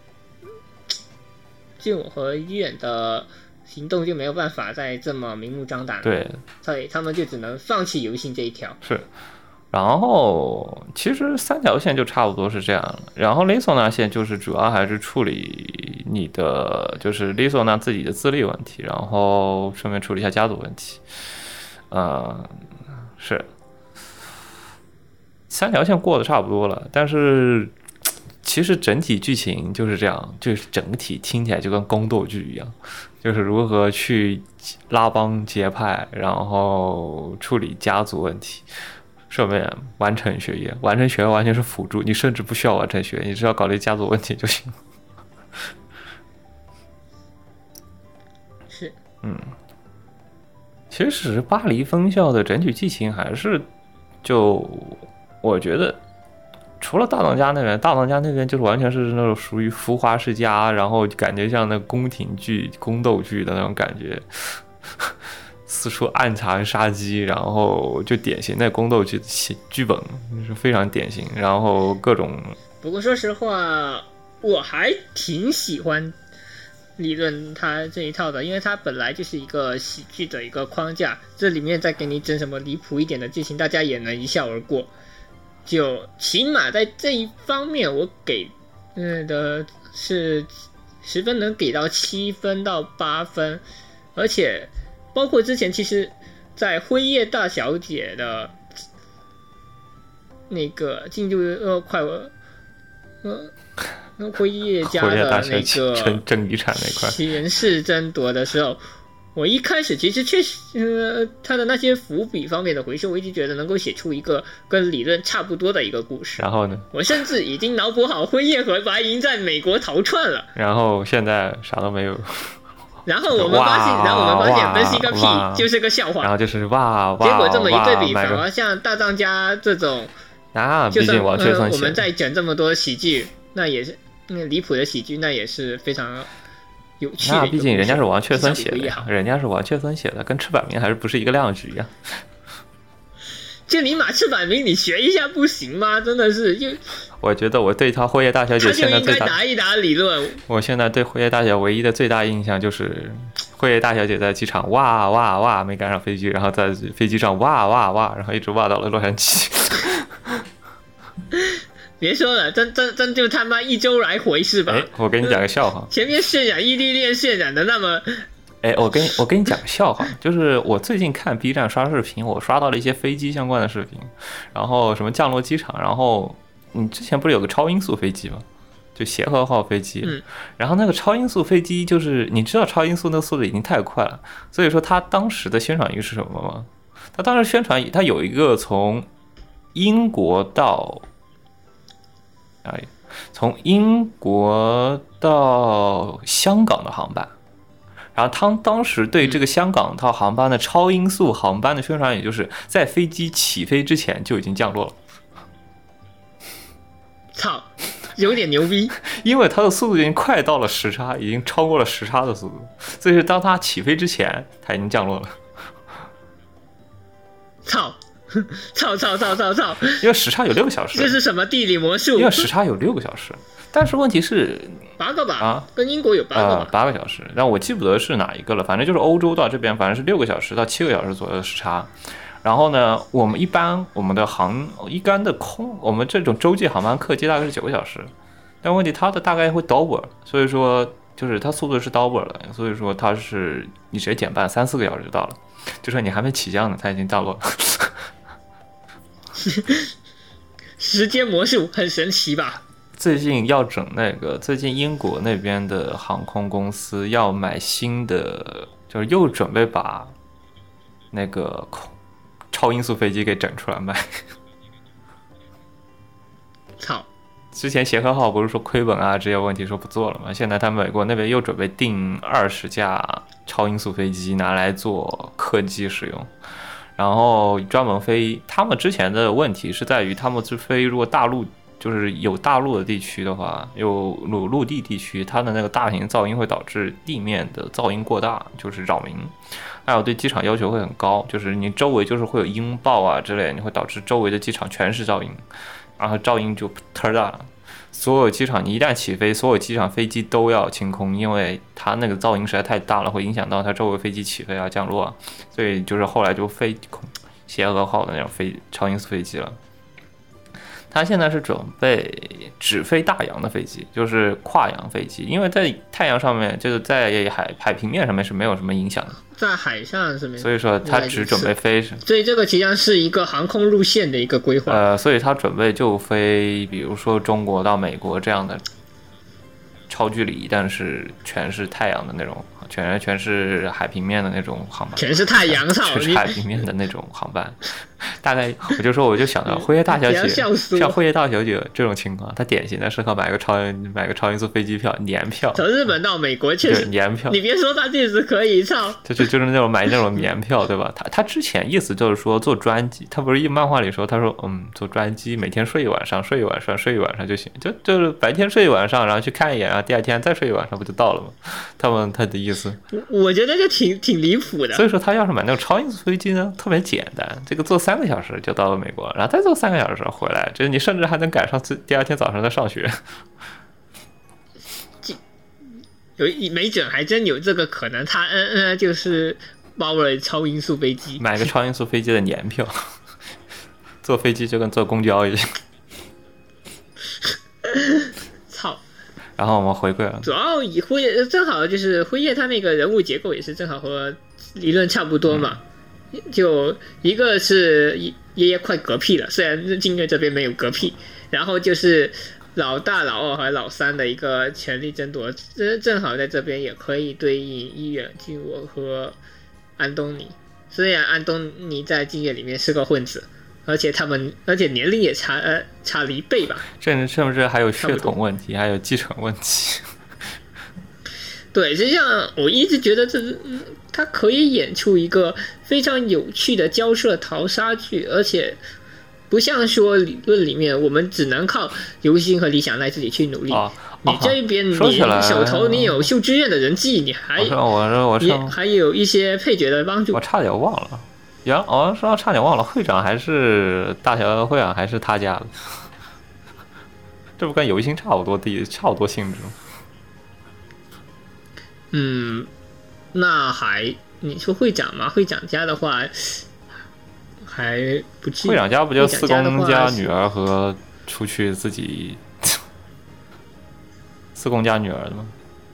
俊我和医院的行动就没有办法再这么明目张胆了。 对， 所以他们就只能放弃游行这一条。 是，然后其实3条线就差不多是这样了。然后雷索纳线就是主要还是处理你的就是雷索纳自己的自立问题，然后顺便处理一下家族问题。是。3条线过得差不多了，但是其实整体剧情就是这样，就是整体听起来就跟宫斗剧一样，就是如何去拉帮结派，然后处理家族问题，顺便完成学业。完成学业完全是辅助，你甚至不需要完成学业，你只要考虑家族问题就行。 是， 其实巴黎分校的整体剧情还是，就我觉得。除了大当家那边，大当家那边就是完全是那种属于浮华世家，然后感觉像那宫廷剧、宫斗剧的那种感觉，四处暗藏杀机，然后就典型的宫斗剧剧本是非常典型，然后各种。 不过说实话，我还挺喜欢理论他这一套的，因为它本来就是一个喜剧的一个框架，这里面再给你整什么离谱一点的剧情，大家也能一笑而过。就起码在这一方面，我给的是10分，能给到7分到8分，而且包括之前其实，在辉夜大小姐的那个进入辉夜家的那个争遗产那块前世争夺的时候。我一开始其实确实，他的那些伏笔方面的回收，我一直觉得能够写出一个跟理论差不多的一个故事。 然后呢？ 我甚至已经脑补好辉夜和白银在美国逃窜了。 然后现在啥都没有。 然后我们发现分析个屁，就是个笑话。 然后就是哇， 结果这么一对比，反而像大当家这种， 毕竟完全我们在讲这么多喜剧，那也是离谱的喜剧，那也是非常。 那毕竟人家是王雀森写的呀，人家是王雀森写的，跟赤坂明还是不是一个量级呀？ 就你马赤坂明，你学一下不行吗？真的是， 我觉得我对他辉夜大小姐现在最大， 他就应该打一打理论。 我现在对辉夜大小姐唯一的最大印象就是辉夜大小姐在机场哇哇哇没赶上飞机，然后在飞机上哇哇哇，然后一直哇到了洛杉矶。 别说了，真就他妈一周来回是吧？ 我给你讲个笑话。 前面渲染异地恋渲染的那么， 我跟你讲个笑话，就是我最近看 B 站刷视频，我刷到了一些飞机相关的视频，然后什么降落机场，然后你之前不是有个超音速飞机吗？就协和号飞机，然后那个超音速飞机就是你知道超音速那个速度已经太快了，所以说他当时的宣传语是什么吗？他当时宣传语他有一个从英国到香港的航班，然后他当时对这个香港套航班的超音速航班的宣传，也就是在飞机起飞之前就已经降落了。 操，有点牛逼！ 因为它的速度已经快到了时差，已经超过了时差的速度，所以是当它起飞之前，它已经降落了。 操！ 因为时差有6个小时， 这是什么地理魔术？ 因为时差有6个小时，但是问题是 8个吧？跟英国有8个吧 ？8个小时，但我记不得是哪一个了，反正就是欧洲到这边，反正是6个小时到7个小时左右的时差。然后呢，我们的一般的我们这种洲际航班客机大概是9个小时，但问题它的大概会 double， 所以说就是它速度是 double 的，所以说它是你直接减半3-4个小时就到了，就说你还没起降呢，它已经到了。 时间魔术很神奇吧？ 最近要整最近英国那边的航空公司要买新的，就是又准备把那个超音速飞机给整出来卖。 操！ 之前协和号不是说亏本啊这些问题说不做了吗？现在他们美国那边又准备订20架超音速飞机拿来做客机使用。然后专门飞，他们之前的问题是在于他们飞如果大陆就是有大陆的地区的话，有陆地地区，它的那个大型噪音会导致地面的噪音过大，就是扰民。还有对机场要求会很高，就是你周围就是会有音爆啊之类的，你会导致周围的机场全是噪音，然后噪音就特大了。所有机场你一旦起飞，所有机场飞机都要清空，因为它那个噪音实在太大了，会影响到它周围飞机起飞啊降落啊，所以就是后来就飞协和号的那种超音速飞机了。 他现在是准备只飞大洋的飞机，就是跨洋飞机，因为在太阳上面，就是在海平面上面是没有什么影响的， 在海上是没有， 所以说他只准备飞， 所以这个实际上是一个航空路线的一个规划。 所以他准备就飞，比如说中国到美国这样的超距离，但是全是太阳的那种，全是海平面的那种航班， 全是太阳上， 全是海平面的那种航班。大概我就想到辉夜大小姐，像辉夜大小姐这种情况，她典型的适合买个超音速飞机票，年票， 从日本到美国确实年票。 你别说她确实可以操， 就是那种买那种年票，对吧？他之前意思就是说做专机，他不是漫画里说，他说做专机每天睡一晚上就行，就是白天睡一晚上，然后去看一眼，然后第二天再睡一晚上，不就到了吗？他的意思， 我觉得就挺离谱的。 所以说他要是买那种超音速飞机呢，特别简单，这个坐3个小时就到了美国，然后再坐3个小时回来，就是你甚至还能赶上第二天早上再上学。 没准还真有这个可能，他就是包了超音速飞机， 买个超音速飞机的年票，坐飞机就跟坐公交一样。 操！ 然后我们回归了， 主要以正好就是辉夜他那个人物结构也是正好和理论差不多嘛，就一个是爷爷快嗝屁了，虽然金月这边没有嗝屁，然后就是老大、老二和老三的一个权力争夺，正好在这边也可以对应伊远静我和安东尼。虽然安东尼在金月里面是个混子，而且年龄也差了1倍吧， 甚至还有血统问题，还有继承问题。 对，实际上我一直觉得他可以演出一个非常有趣的交涉淘沙剧，而且不像说理论里面我们只能靠流星和李想奈自己去努力。你这边你手头你有秀之院的人际，你还有一些配角的帮助。 我差点忘了，我说差点忘了，会长还是大小会长还是他家的，这不跟游星差不多性质吗？ 那你说会长嘛？会长家的话还不至于。 会长家不就四公家女儿和出去自己四公家女儿的吗？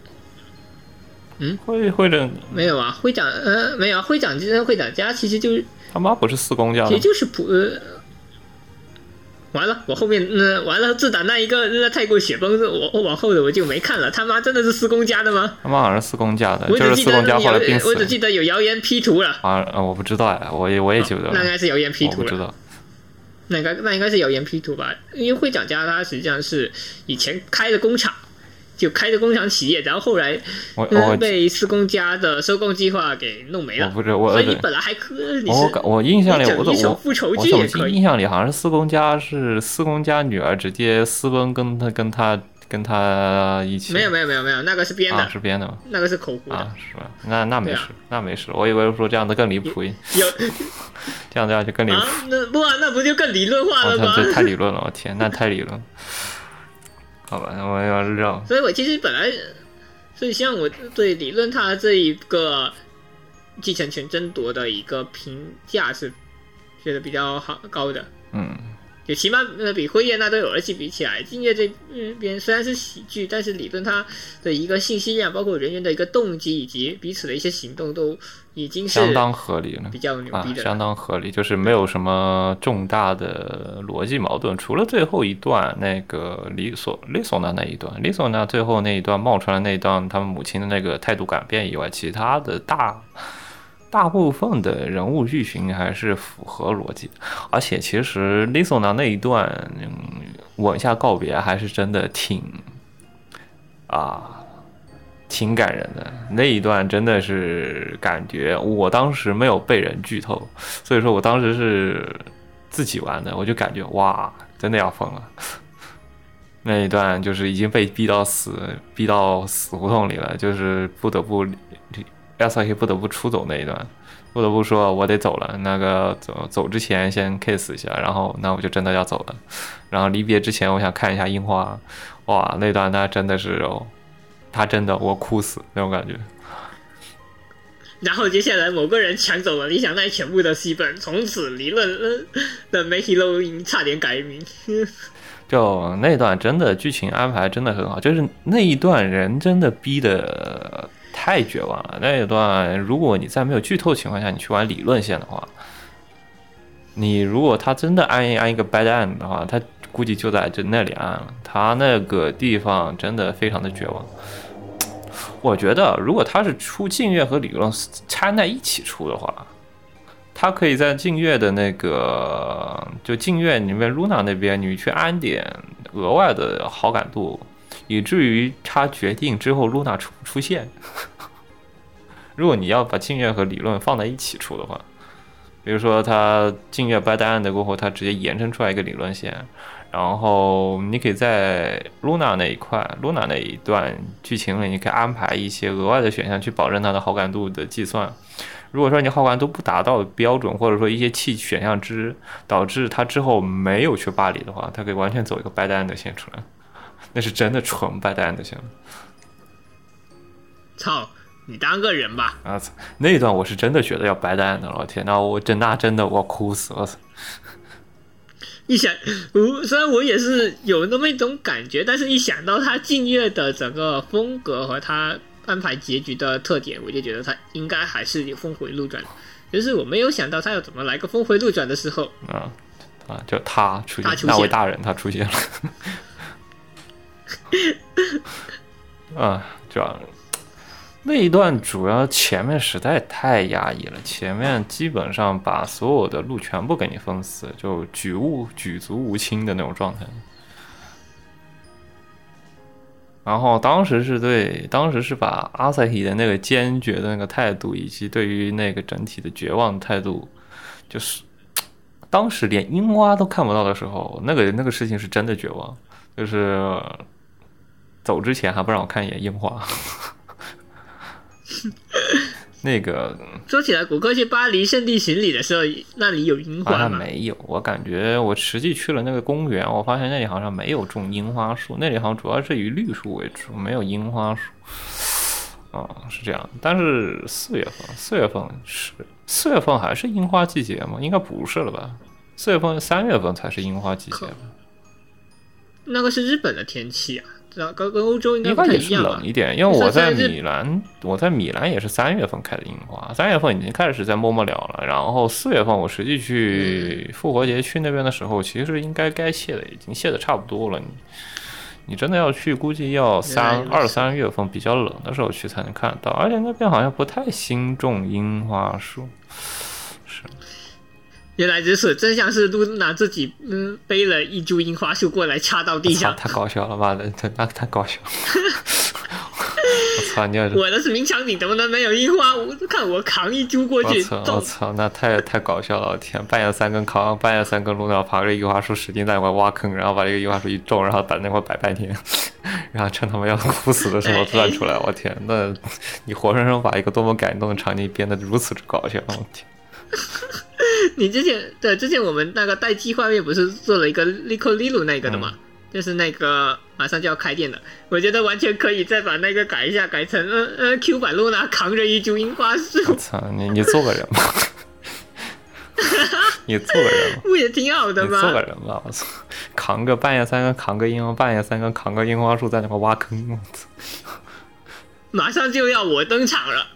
会长没有啊，会长没有啊，会长家其实就是他妈不是四公家的， 其实就是完了，我后面完了，自打那一个太过雪崩，我往后的我就没看了。他妈真的是四公家的吗？ 他妈好像是四公家的，就是四公家后来病死了。 我只记得有谣言 P 图了我不知道呀，我也记不得了。 那应该是谣言 P 图了， 我不知道。 那应该是谣言 P 图吧？因为会长家他实际上是以前开的工厂。就开着工厂企业，然后后来被四公家的收购计划给弄没了。 我不知道， 所以你本来还可以。 我印象里，我复仇剧也可以。 印象里好像是四公家女儿直接私奔跟他一起。 没有，那个是编的。 是编的吗？ 那个是口胡的。 是吧？那没事，那没事。我以为说这样的更离谱。这样就更离谱。 那不就更理论化了吗？ 这太理论了，我天，那太理论了。好吧，我要绕。 所以我其实所以像我对理论他这一个继承权争夺的一个评价是觉得比较高的。就起码比辉夜那对儿戏比起来，金月这边虽然是喜剧，但是理论它的一个信息量，包括人员的一个动机以及彼此的一些行动，都已经是相当合理了， 比较牛逼的， 相当合理，就是没有什么重大的逻辑矛盾，除了最后一段那个李索娜那一段，李索娜最后那一段冒出来那一段他们母亲的那个态度改变以外，其他的大部分的人物剧情还是符合逻辑，而且其实 Lisa 那一段吻下告别还是真的挺感人的，那一段真的是感觉我当时没有被人剧透，所以说我当时是自己玩的，我就感觉哇真的要疯了，那一段就是已经被逼到死胡同里了，就是不得不Asahi 不得不出走那一段，不得不说我得走了，那个走之前先 kiss 一下，然后那我就真的要走了，然后离别之前我想看一下樱花，哇那段那真的是他真的我哭死那种感觉。 然后接下来某个人抢走了理想奈全部的戏份，从此理论的媒体漏音差点改名。 就那段真的剧情安排真的很好，就是那一段人真的逼的太绝望了。那一段如果你在没有剧透情况下你去玩理论线的话，你如果他真的按一个 bad end 的话，他估计就在那里按了。他那个地方真的非常的绝望。我觉得如果他是出镜月和理论掺在一起出的话，他可以在镜月的那个就镜月里面 Luna 那边你去安点额外的好感度，以至于他决定之后 Luna 出现。如果你要把镜月和理论放在一起出的话，比如说他镜月 bad end 过后他直接延伸出来一个理论线，然后你可以在 Luna 那一块 Luna 那一段剧情里你可以安排一些额外的选项去保证他的好感度的计算。如果说你好感度不达到标准，或者说一些弃选项导致他之后没有去巴黎的话，他可以完全走一个 bad end 线出来，那是真的纯 bad end 线。 操，你当个人吧！ 啊，那一段我是真的觉得要bad end了，我天，那真的我哭死了。 一想，虽然我也是有那么一种感觉，但是一想到他镜月的整个风格和他安排结局的特点，我就觉得他应该还是有峰回路转。就是我没有想到他要怎么来个峰回路转的时候， 就他出现，那位大人他出现了。主要那一段主要前面实在太压抑了，前面基本上把所有的路全部给你封死，就举足无亲的那种状态。然后当时是把阿萨希的那个坚决的那个态度，以及对于那个整体的绝望的态度，就是当时连樱花都看不到的时候，那个事情是真的绝望，就是走之前还不让我看一眼樱花。那个说起来，骨科去巴黎圣地巡礼的时候，那里有樱花吗？ 好像没有，我感觉我实际去了那个公园，我发现那里好像没有种樱花树，那里好像主要是以绿树为主，没有樱花树。是这样。但是4月份还是樱花季节吗？应该不是了吧？4月份、3月份才是樱花季节吧？ 那个是日本的天气啊。跟欧洲应该也是冷一点，因为我在米兰也是3月份开的樱花，3月份已经开始在默默了了。然后4月份我实际去复活节去那边的时候，其实应该该谢的已经谢的差不多了。你真的要去，估计要2、3月份比较冷的时候去才能看到，而且那边好像不太兴种樱花树。是。 原来如此，真相是露娜自己背了一株樱花树过来插到地上， 太搞笑了，妈的，那太搞笑了。我操， 我的是鸣枪顶，怎么能没有樱花？看我扛一株过去。 我操，那太搞笑了！我天，半夜3根露娜爬着樱花树，使劲在那块挖坑，然后把这个樱花树一种，然后把那块摆半天，然后趁他们要哭死的时候钻出来。我天，那你活生生把一个多么感动的场景编得如此之搞笑！我天。 你之前我们那个待机画面不是做了一个 Lico Lilu 那个的吗？就是那个马上就要开店的，我觉得完全可以再把那个改一下，改成Q 版露娜扛着一株樱花树。 我操，你做个人吧。你做个人吧， 不也挺好的吗？ 你做个人吧，我操，扛个半夜3根扛个樱花，半夜3根扛个樱花树在那块挖坑，我操！ 马上就要我登场了。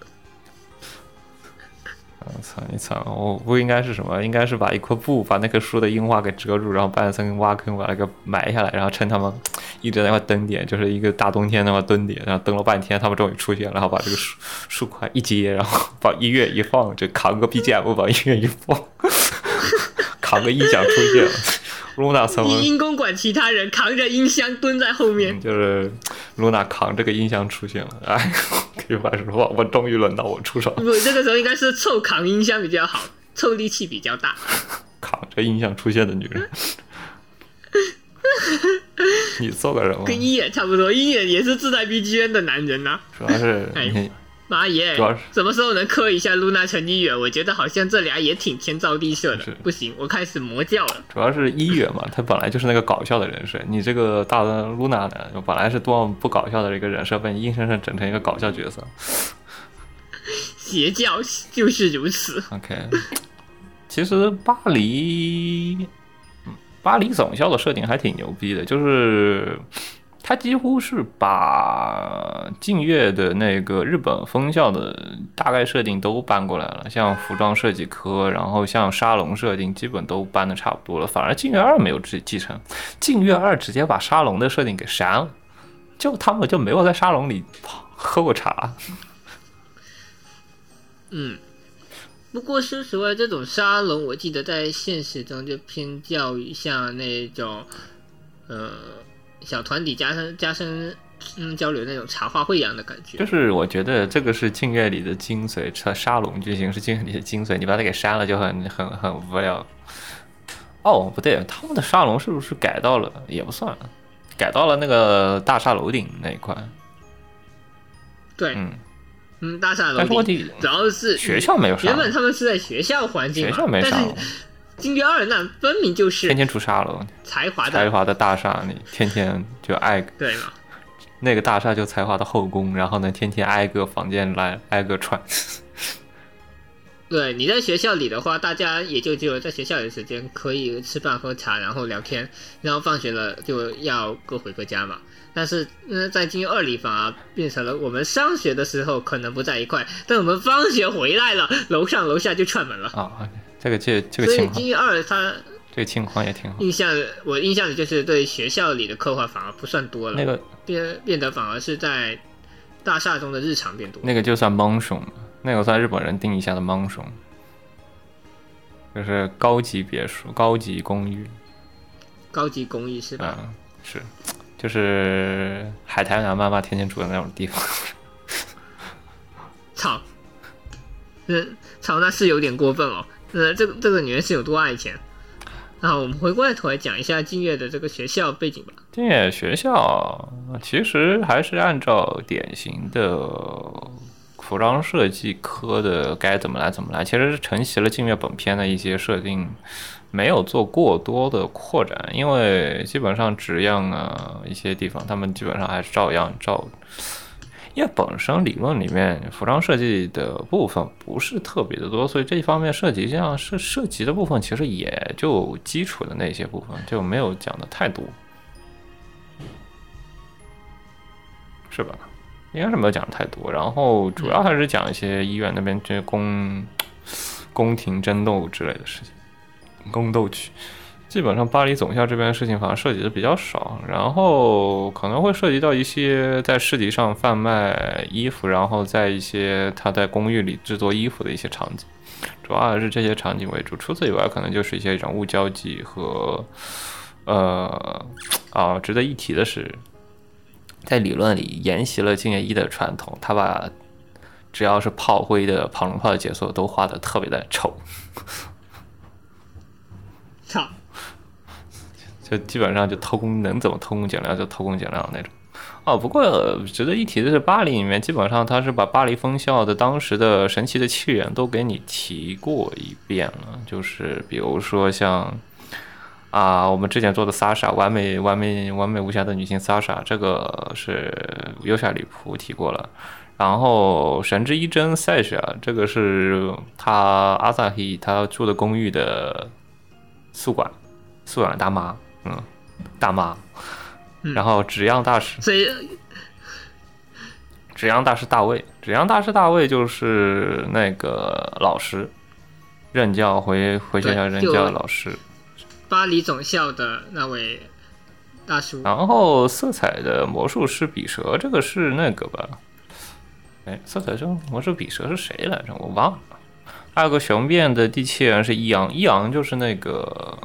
你操！我不应该是什么？应该是把一块布把那棵树的樱花给遮住，然后半夜3根挖坑把那个埋下来，然后趁他们一直在那块蹲点，就是一个大冬天那块蹲点，然后蹲了半天，他们终于出现了，然后把这个树块一接，然后把音乐一放，就扛个 BGM 把音乐一放，扛个音响出现了。露娜因公管其他人扛着音箱蹲在后面， 就是露娜扛这个音箱出现了。哎，可以话说，我终于轮到我出手了。 不，这个时候应该是凑扛音箱比较好，凑力气比较大。 扛着音箱出现的女人。你做个人吗？ 跟一眼差不多，一眼也是自带 BGM 的男人呐。 主要是妈耶！什么时候能磕一下露娜陈一远？我觉得好像这俩也挺天造地设的。不行，我开始魔教了。 主要是一远嘛，他本来就是那个搞笑的人设。你这个大的露娜呢，本来是多么不搞笑的一个人设，被你硬生生整成一个搞笑角色。 邪教就是如此。 OK， 其实巴黎总校的设定还挺牛逼的，就是它几乎是把近月的那个日本分校的大概设定都搬过来了，像服装设计科，然后像沙龙设定基本都搬的差不多了，反而近月2没有继承，近月2直接把沙龙的设定给删了，就他们就没有在沙龙里喝过茶。 不过说实话，这种沙龙我记得在现实中就偏较于像那种小团体加深交流那种茶话会一样的感觉。 就是我觉得这个是近月里的精髓，沙龙剧情是近月里的精髓，你把它给删了就很无聊。哦，不对，他们的沙龙是不是改到了？也不算，改到了那个大厦楼顶那一块。 对，大厦楼顶，主要是学校没有沙龙， 原本他们是在学校环境嘛， 学校没沙龙。 金月2那分明就是天天出沙楼，才华的大厦里，天天就对嘛， 那个大厦就才华的后宫，然后呢，天天挨个房间来挨个串。 对，你在学校里的话，大家也就只有在学校里的时间可以吃饭喝茶，然后聊天，然后放学了就要各回各家嘛。但是在金月2里反而变成了我们上学的时候可能不在一块，但我们放学回来了，楼上楼下就串门了啊。这个情况， 所以金月2它这个情况也挺好。 我印象里就是对学校里的刻画反而不算多了， 那个变得反而是在大厦中的日常变多。 那个就算蒙熊，那个算日本人定义下的蒙熊，就是高级别墅、高级公寓。 高级公寓是吧？ 是，就是海苔男妈妈天天住的那种地方。 操，那是有点过分哦。这个女人是有多爱钱？那我们回过头来讲一下近月的这个学校背景吧。 近月学校其实还是按照典型的服装设计科的该怎么来，其实是承袭了近月本片的一些设定，没有做过多的扩展，因为基本上质样啊一些地方他们基本上还是因为本身理论里面服装设计的部分不是特别的多，所以这一方面涉及的部分其实也就基础的那些部分就没有讲的太多，是吧？应该是没有讲的太多，然后主要还是讲一些医院那边这些宫廷争斗之类的事情，宫斗剧。基本上巴黎总校这边的事情反而涉及的比较少，然后可能会涉及到一些在市集上贩卖衣服，然后在一些他在公寓里制作衣服的一些场景，主要还是这些场景为主。除此以外，可能就是一些人物交际和值得一提的是，在理论里沿袭了近月1的传统，他把只要是炮灰的跑龙套的解说都画得特别的丑。 操！ 就基本上就能怎么偷工减料就偷工减料那种。不过值得一提的是，巴黎里面基本上他是把巴黎分校的当时的神奇的起源都给你提过一遍了，就是比如说像我们之前做的莎莎，完美无瑕的女性莎莎，这个是优夏吕普提过了。然后神之一真赛夏，这个是他阿萨希他住的公寓的宿管大妈，大妈。然后纸样大师，纸样大师大卫就是那个老师，任教回学校任教的老师， 巴黎总校的那位大叔。 然后色彩的魔术师比蛇，这个是那个吧？色彩中魔术比蛇是谁来着？我忘了。还有个雄辩的第7人是伊昂就是那个，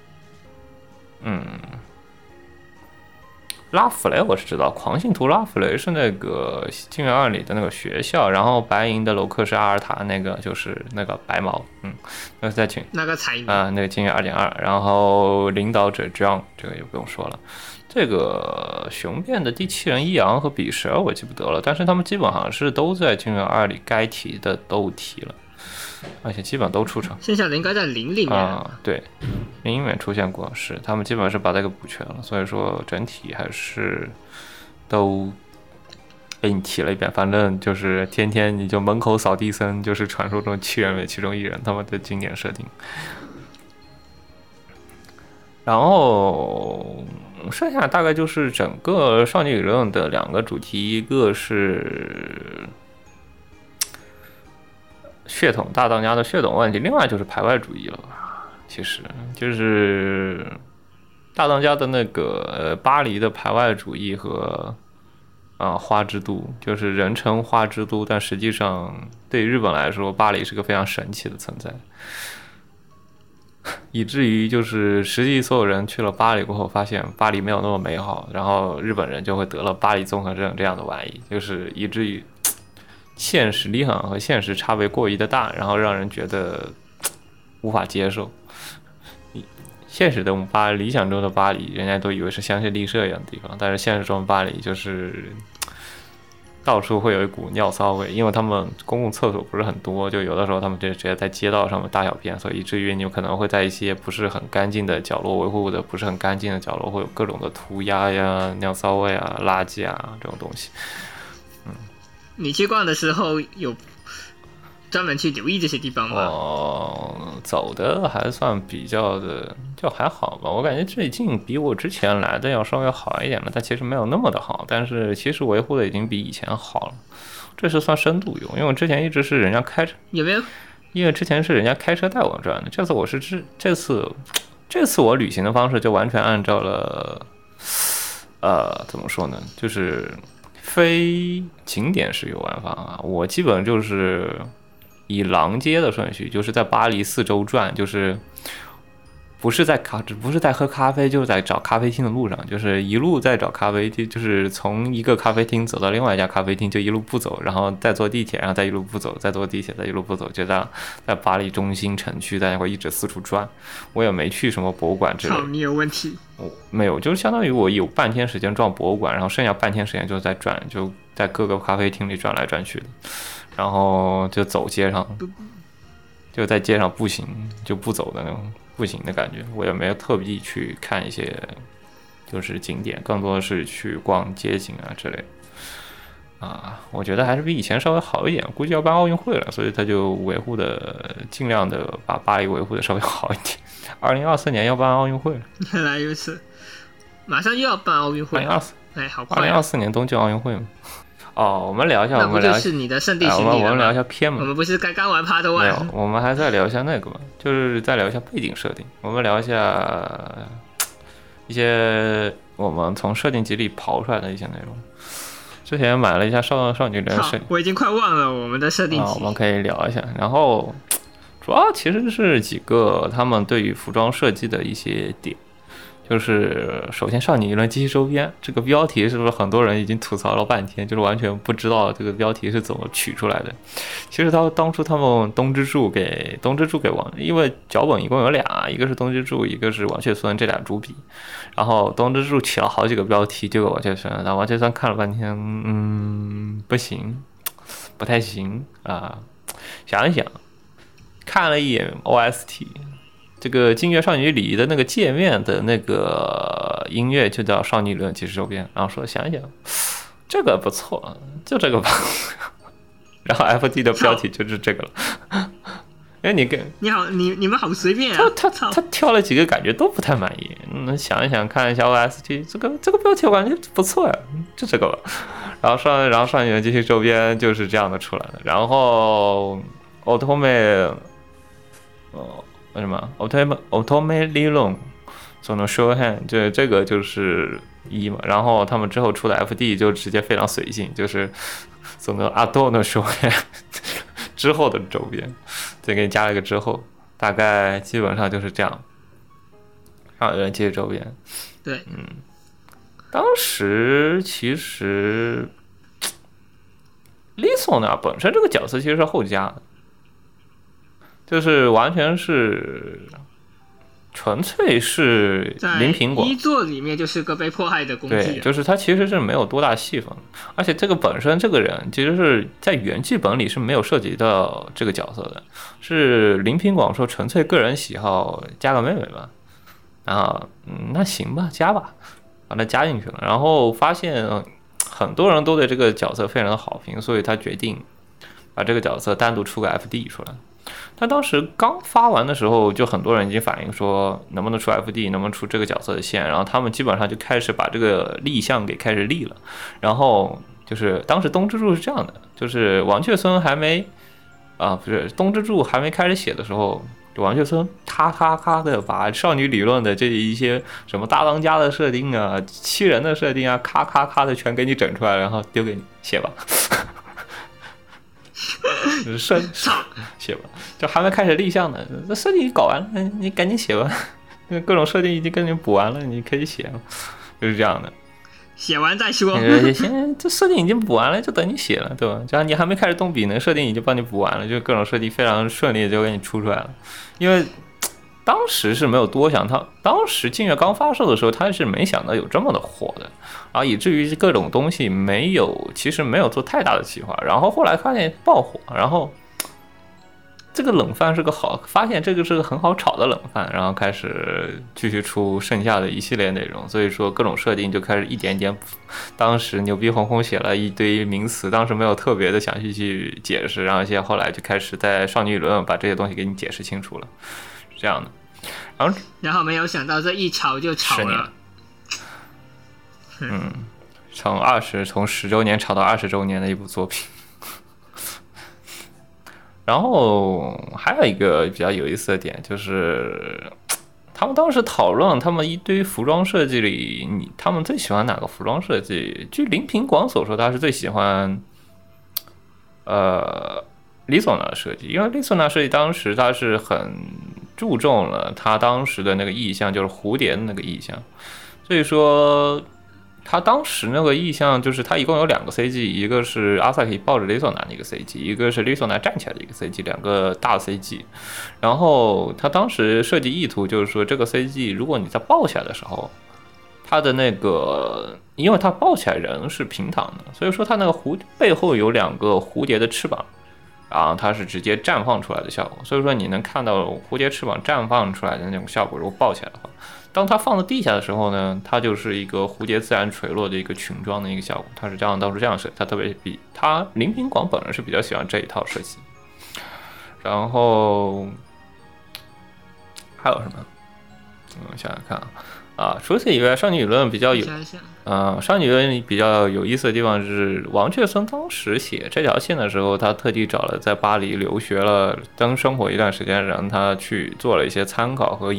拉弗雷我是知道，狂信徒拉弗雷是那个近月2里的那个学校，然后白银的楼克是阿尔塔，那个就是那个白毛，那个在群那个彩那个近月2.2，然后领导者 John 这个也不用说了。这个雄辩的第7人伊昂和比蛇我记不得了，但是他们基本上是都在近月2里该提的都提了，而且基本都出场。 剩下的应该在0里面对，0里面出现过，是他们基本上是把这个补全了，所以说整体还是都被你提了一遍，反正就是天天你就门口扫地僧，就是传说中7人为其中1人，他们的经典设定。然后剩下大概就是整个少女理论的2个主题，一个是血统大当家的血统问题，另外就是排外主义了吧。其实就是大当家的那个巴黎的排外主义和花之都，就是人称花之都，但实际上对于日本来说，巴黎是个非常神奇的存在。以至于就是实际所有人去了巴黎过后，发现巴黎没有那么美好，然后日本人就会得了巴黎综合症这样的玩意，就是以至于现实理想和现实差别过于的大，然后让人觉得无法接受。现实的巴黎，理想中的巴黎，人家都以为是香榭丽舍一样的地方，但是现实中的巴黎就是到处会有一股尿骚味，因为他们公共厕所不是很多，就有的时候他们就直接在街道上面大小便，所以以至于你有可能会在一些不是很干净的角落，维护的不是很干净的角落，会有各种的涂鸦呀、尿骚味啊、垃圾啊这种东西。 你去逛的时候有专门去留意这些地方吗？ 走的还算比较的，就还好吧。我感觉最近比我之前来的要稍微好一点了，但其实没有那么的好。但是其实维护的已经比以前好了，这是算深度游。因为我之前一直是人家开车， 有没有？ 因为之前是人家开车带我转的，这次我旅行的方式就完全按照了，怎么说呢，就是非景点式游玩法啊。我基本就是以廊街的顺序，就是在巴黎4周转，就是不是在喝咖啡，就是在找咖啡厅的路上，就是一路在找咖啡厅，就是从一个咖啡厅走到另外一家咖啡厅，就一路不走，然后再坐地铁，然后再一路不走，再坐地铁，再一路不走，就这样在巴黎中心城区在那块一直四处转。我也没去什么博物馆之类的。 你有问题？ 没有，就是相当于我有半天时间转博物馆，然后剩下半天时间就在转，就在各个咖啡厅里转来转去的。然后就走街上，就在街上步行，就不走的那种步行的感觉。我也没有特地去看一些就是景点，更多的是去逛街景啊之类的。我觉得还是比以前稍微好一点。估计要办奥运会了，所以他就维护的尽量的把巴黎维护的稍微好一点。2024年要办奥运会了， 原来如此，马上又要办奥运会了。好快 ！2024年东京奥运会吗？我们聊一下， 那不就是你的圣地巡礼了吗？ 我们聊一下片嘛。 我们不是刚玩 Part 1？ 没有，我们还在聊一下那个嘛，就是再聊一下背景设定。我们聊一下一些我们从设定集里刨出来的一些内容。之前买了一下少女的设定， 我已经快忘了我们的设定集。 我们可以聊一下。然后主要其实是几个他们对于服装设计的一些点。就是首先少女理论机器周边这个标题是不是很多人已经吐槽了半天，就是完全不知道这个标题是怎么取出来的。其实当初他们东之助给因为脚本一共有俩，一个是东之助，一个是王雀村，这俩主笔。然后东之助起了好几个标题，就给王雀村，然后王雀村看了半天，不行，不太行啊。想一想，看了一眼 OST。这个劲乐少女礼仪的那个界面的那个音乐就叫少女理论骑士周边，然后说想一想，这个不错，就这个吧。然后 FD 的标题就是这个了。哎， 你好，你们好随便啊！ 他挑了几个感觉都不太满意。想一想，看一下 OST， 这个标题我感觉不错呀，就这个吧。然后少女这些周边就是这样的出来的。然后奥特曼，什么奥特曼理论，その小変，这个就是1嘛。然后他们之后出的 FD 就直接非常随性，就是その後の小変之后的周边，再给你加了一个之后，大概基本上就是这样。少女这些周边， 对， 当时其实Lison呢本身这个角色其实是后加的。就是完全是纯粹是零苹果， 一作里面就是个被迫害的公祭， 对，就是他其实是没有多大戏份，而且这个本身这个人其实是在原剧本里是没有涉及到这个角色的，是林苹果说纯粹个人喜好加个妹妹吧，然后那行吧，加吧，把它加进去了，然后发现很多人都对这个角色非常的好评，所以他决定把这个角色单独出个 FD 出来。但当时刚发完的时候，就很多人已经反映说能不能出 FD， 能不能出这个角色的线，然后他们基本上就开始把这个立项给开始立了。然后就是当时东之助是这样的，就是王雀村还没不是东之助还没开始写的时候，王雀村咔的把少女理论的这一些什么大当家的设定啊、七人的设定啊，咔的全给你整出来，然后丢给你写吧。写吧，就还没开始立项呢，这设定搞完了，你赶紧写吧，各种设定已经跟你补完了，你可以写了，就是这样的。 写完再说。 现在这设定已经补完了，就等你写了，对吧？只要你还没开始动笔呢，设定已经帮你补完了，就各种设定非常顺利的就给你出来了。因为当时是没有多想，当时劲月刚发售的时候，他是没想到有这么的火的，然后以至于各种东西其实没有做太大的企划，然后后来发现爆火，然后这个冷饭发现这个是个很好炒的冷饭，然后开始继续出剩下的一系列内容，所以说各种设定就开始一点点补。当时牛逼哄哄写了一堆名词，当时没有特别的详细去解释，然后现在后来就开始在少女理论把这些东西给你解释清楚了，是这样的。 然后没有想到这一炒就炒了 10年，从10周年炒到20周年的一部作品。然后还有一个比较有意思的点就是，他们当时讨论他们一堆服装设计里，他们最喜欢哪个服装设计？据林平广所说，他是最喜欢李索纳的设计，因为李索纳设计当时他是很注重了他当时的那个意象，就是蝴蝶的那个意象，所以说他当时那个意象就是他一共有2个 CG， 一个是阿萨奇抱着雷索纳的一个 CG， 一个是雷索纳站起来的一个 CG， 2个大 CG。然后他当时设计意图就是说，这个 CG 如果你在抱起来的时候，他的那个，因为他抱起来人是平躺的，所以说他那个背后有2个蝴蝶的翅膀。然后它是直接绽放出来的效果，所以说你能看到蝴蝶翅膀绽放出来的那种效果。如果抱起来的话，当它放到地下的时候呢，它就是一个蝴蝶自然垂落的一个裙装的一个效果。它是当时这样设计，它特别林平广本人是比较喜欢这一套设计。然后还有什么？我想想看除此以外，少女理论比较少女理论比较有意思的地方是，王雀村当时写这条线的时候，他特地找了在巴黎留学了、生活一段时间，让他去做了一些参考和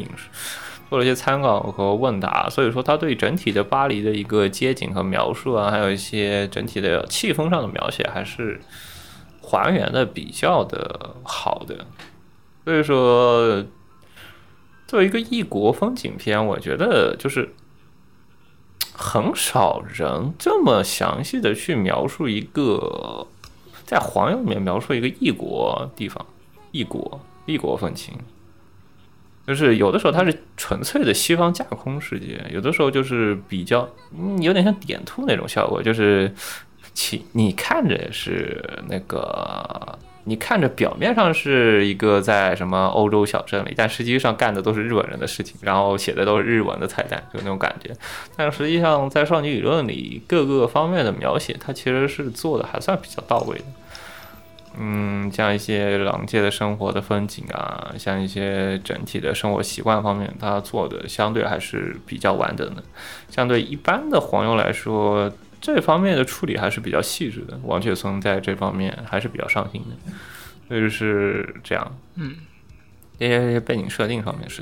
问答，所以说他对整体的巴黎的一个街景和描述还有一些整体的气氛上的描写，还是还原的比较的好的，所以说。作为一个异国风景片，我觉得就是很少人这么详细的去描述一个在黄油里面描述一个异国地方、异国风情。就是有的时候它是纯粹的西方架空世界，有的时候就是比较有点像点兔那种效果，就是你看着是那个。你看着表面上是一个在什么欧洲小镇里，但实际上干的都是日本人的事情，然后写的都是日文的彩蛋，就那种感觉。但实际上在少女理论里各个方面的描写，它其实是做的还算比较到位的。像一些朗街的生活的风景像一些整体的生活习惯方面，它做的相对还是比较完整的。相对一般的黄油来说，这方面的处理还是比较细致的，王雀村在这方面还是比较上心的，所以就是这样。这些背景设定方面的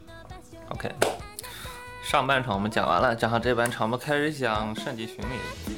事情。OK， 上半场我们讲完了，讲好这半场我们开始讲圣骑巡礼。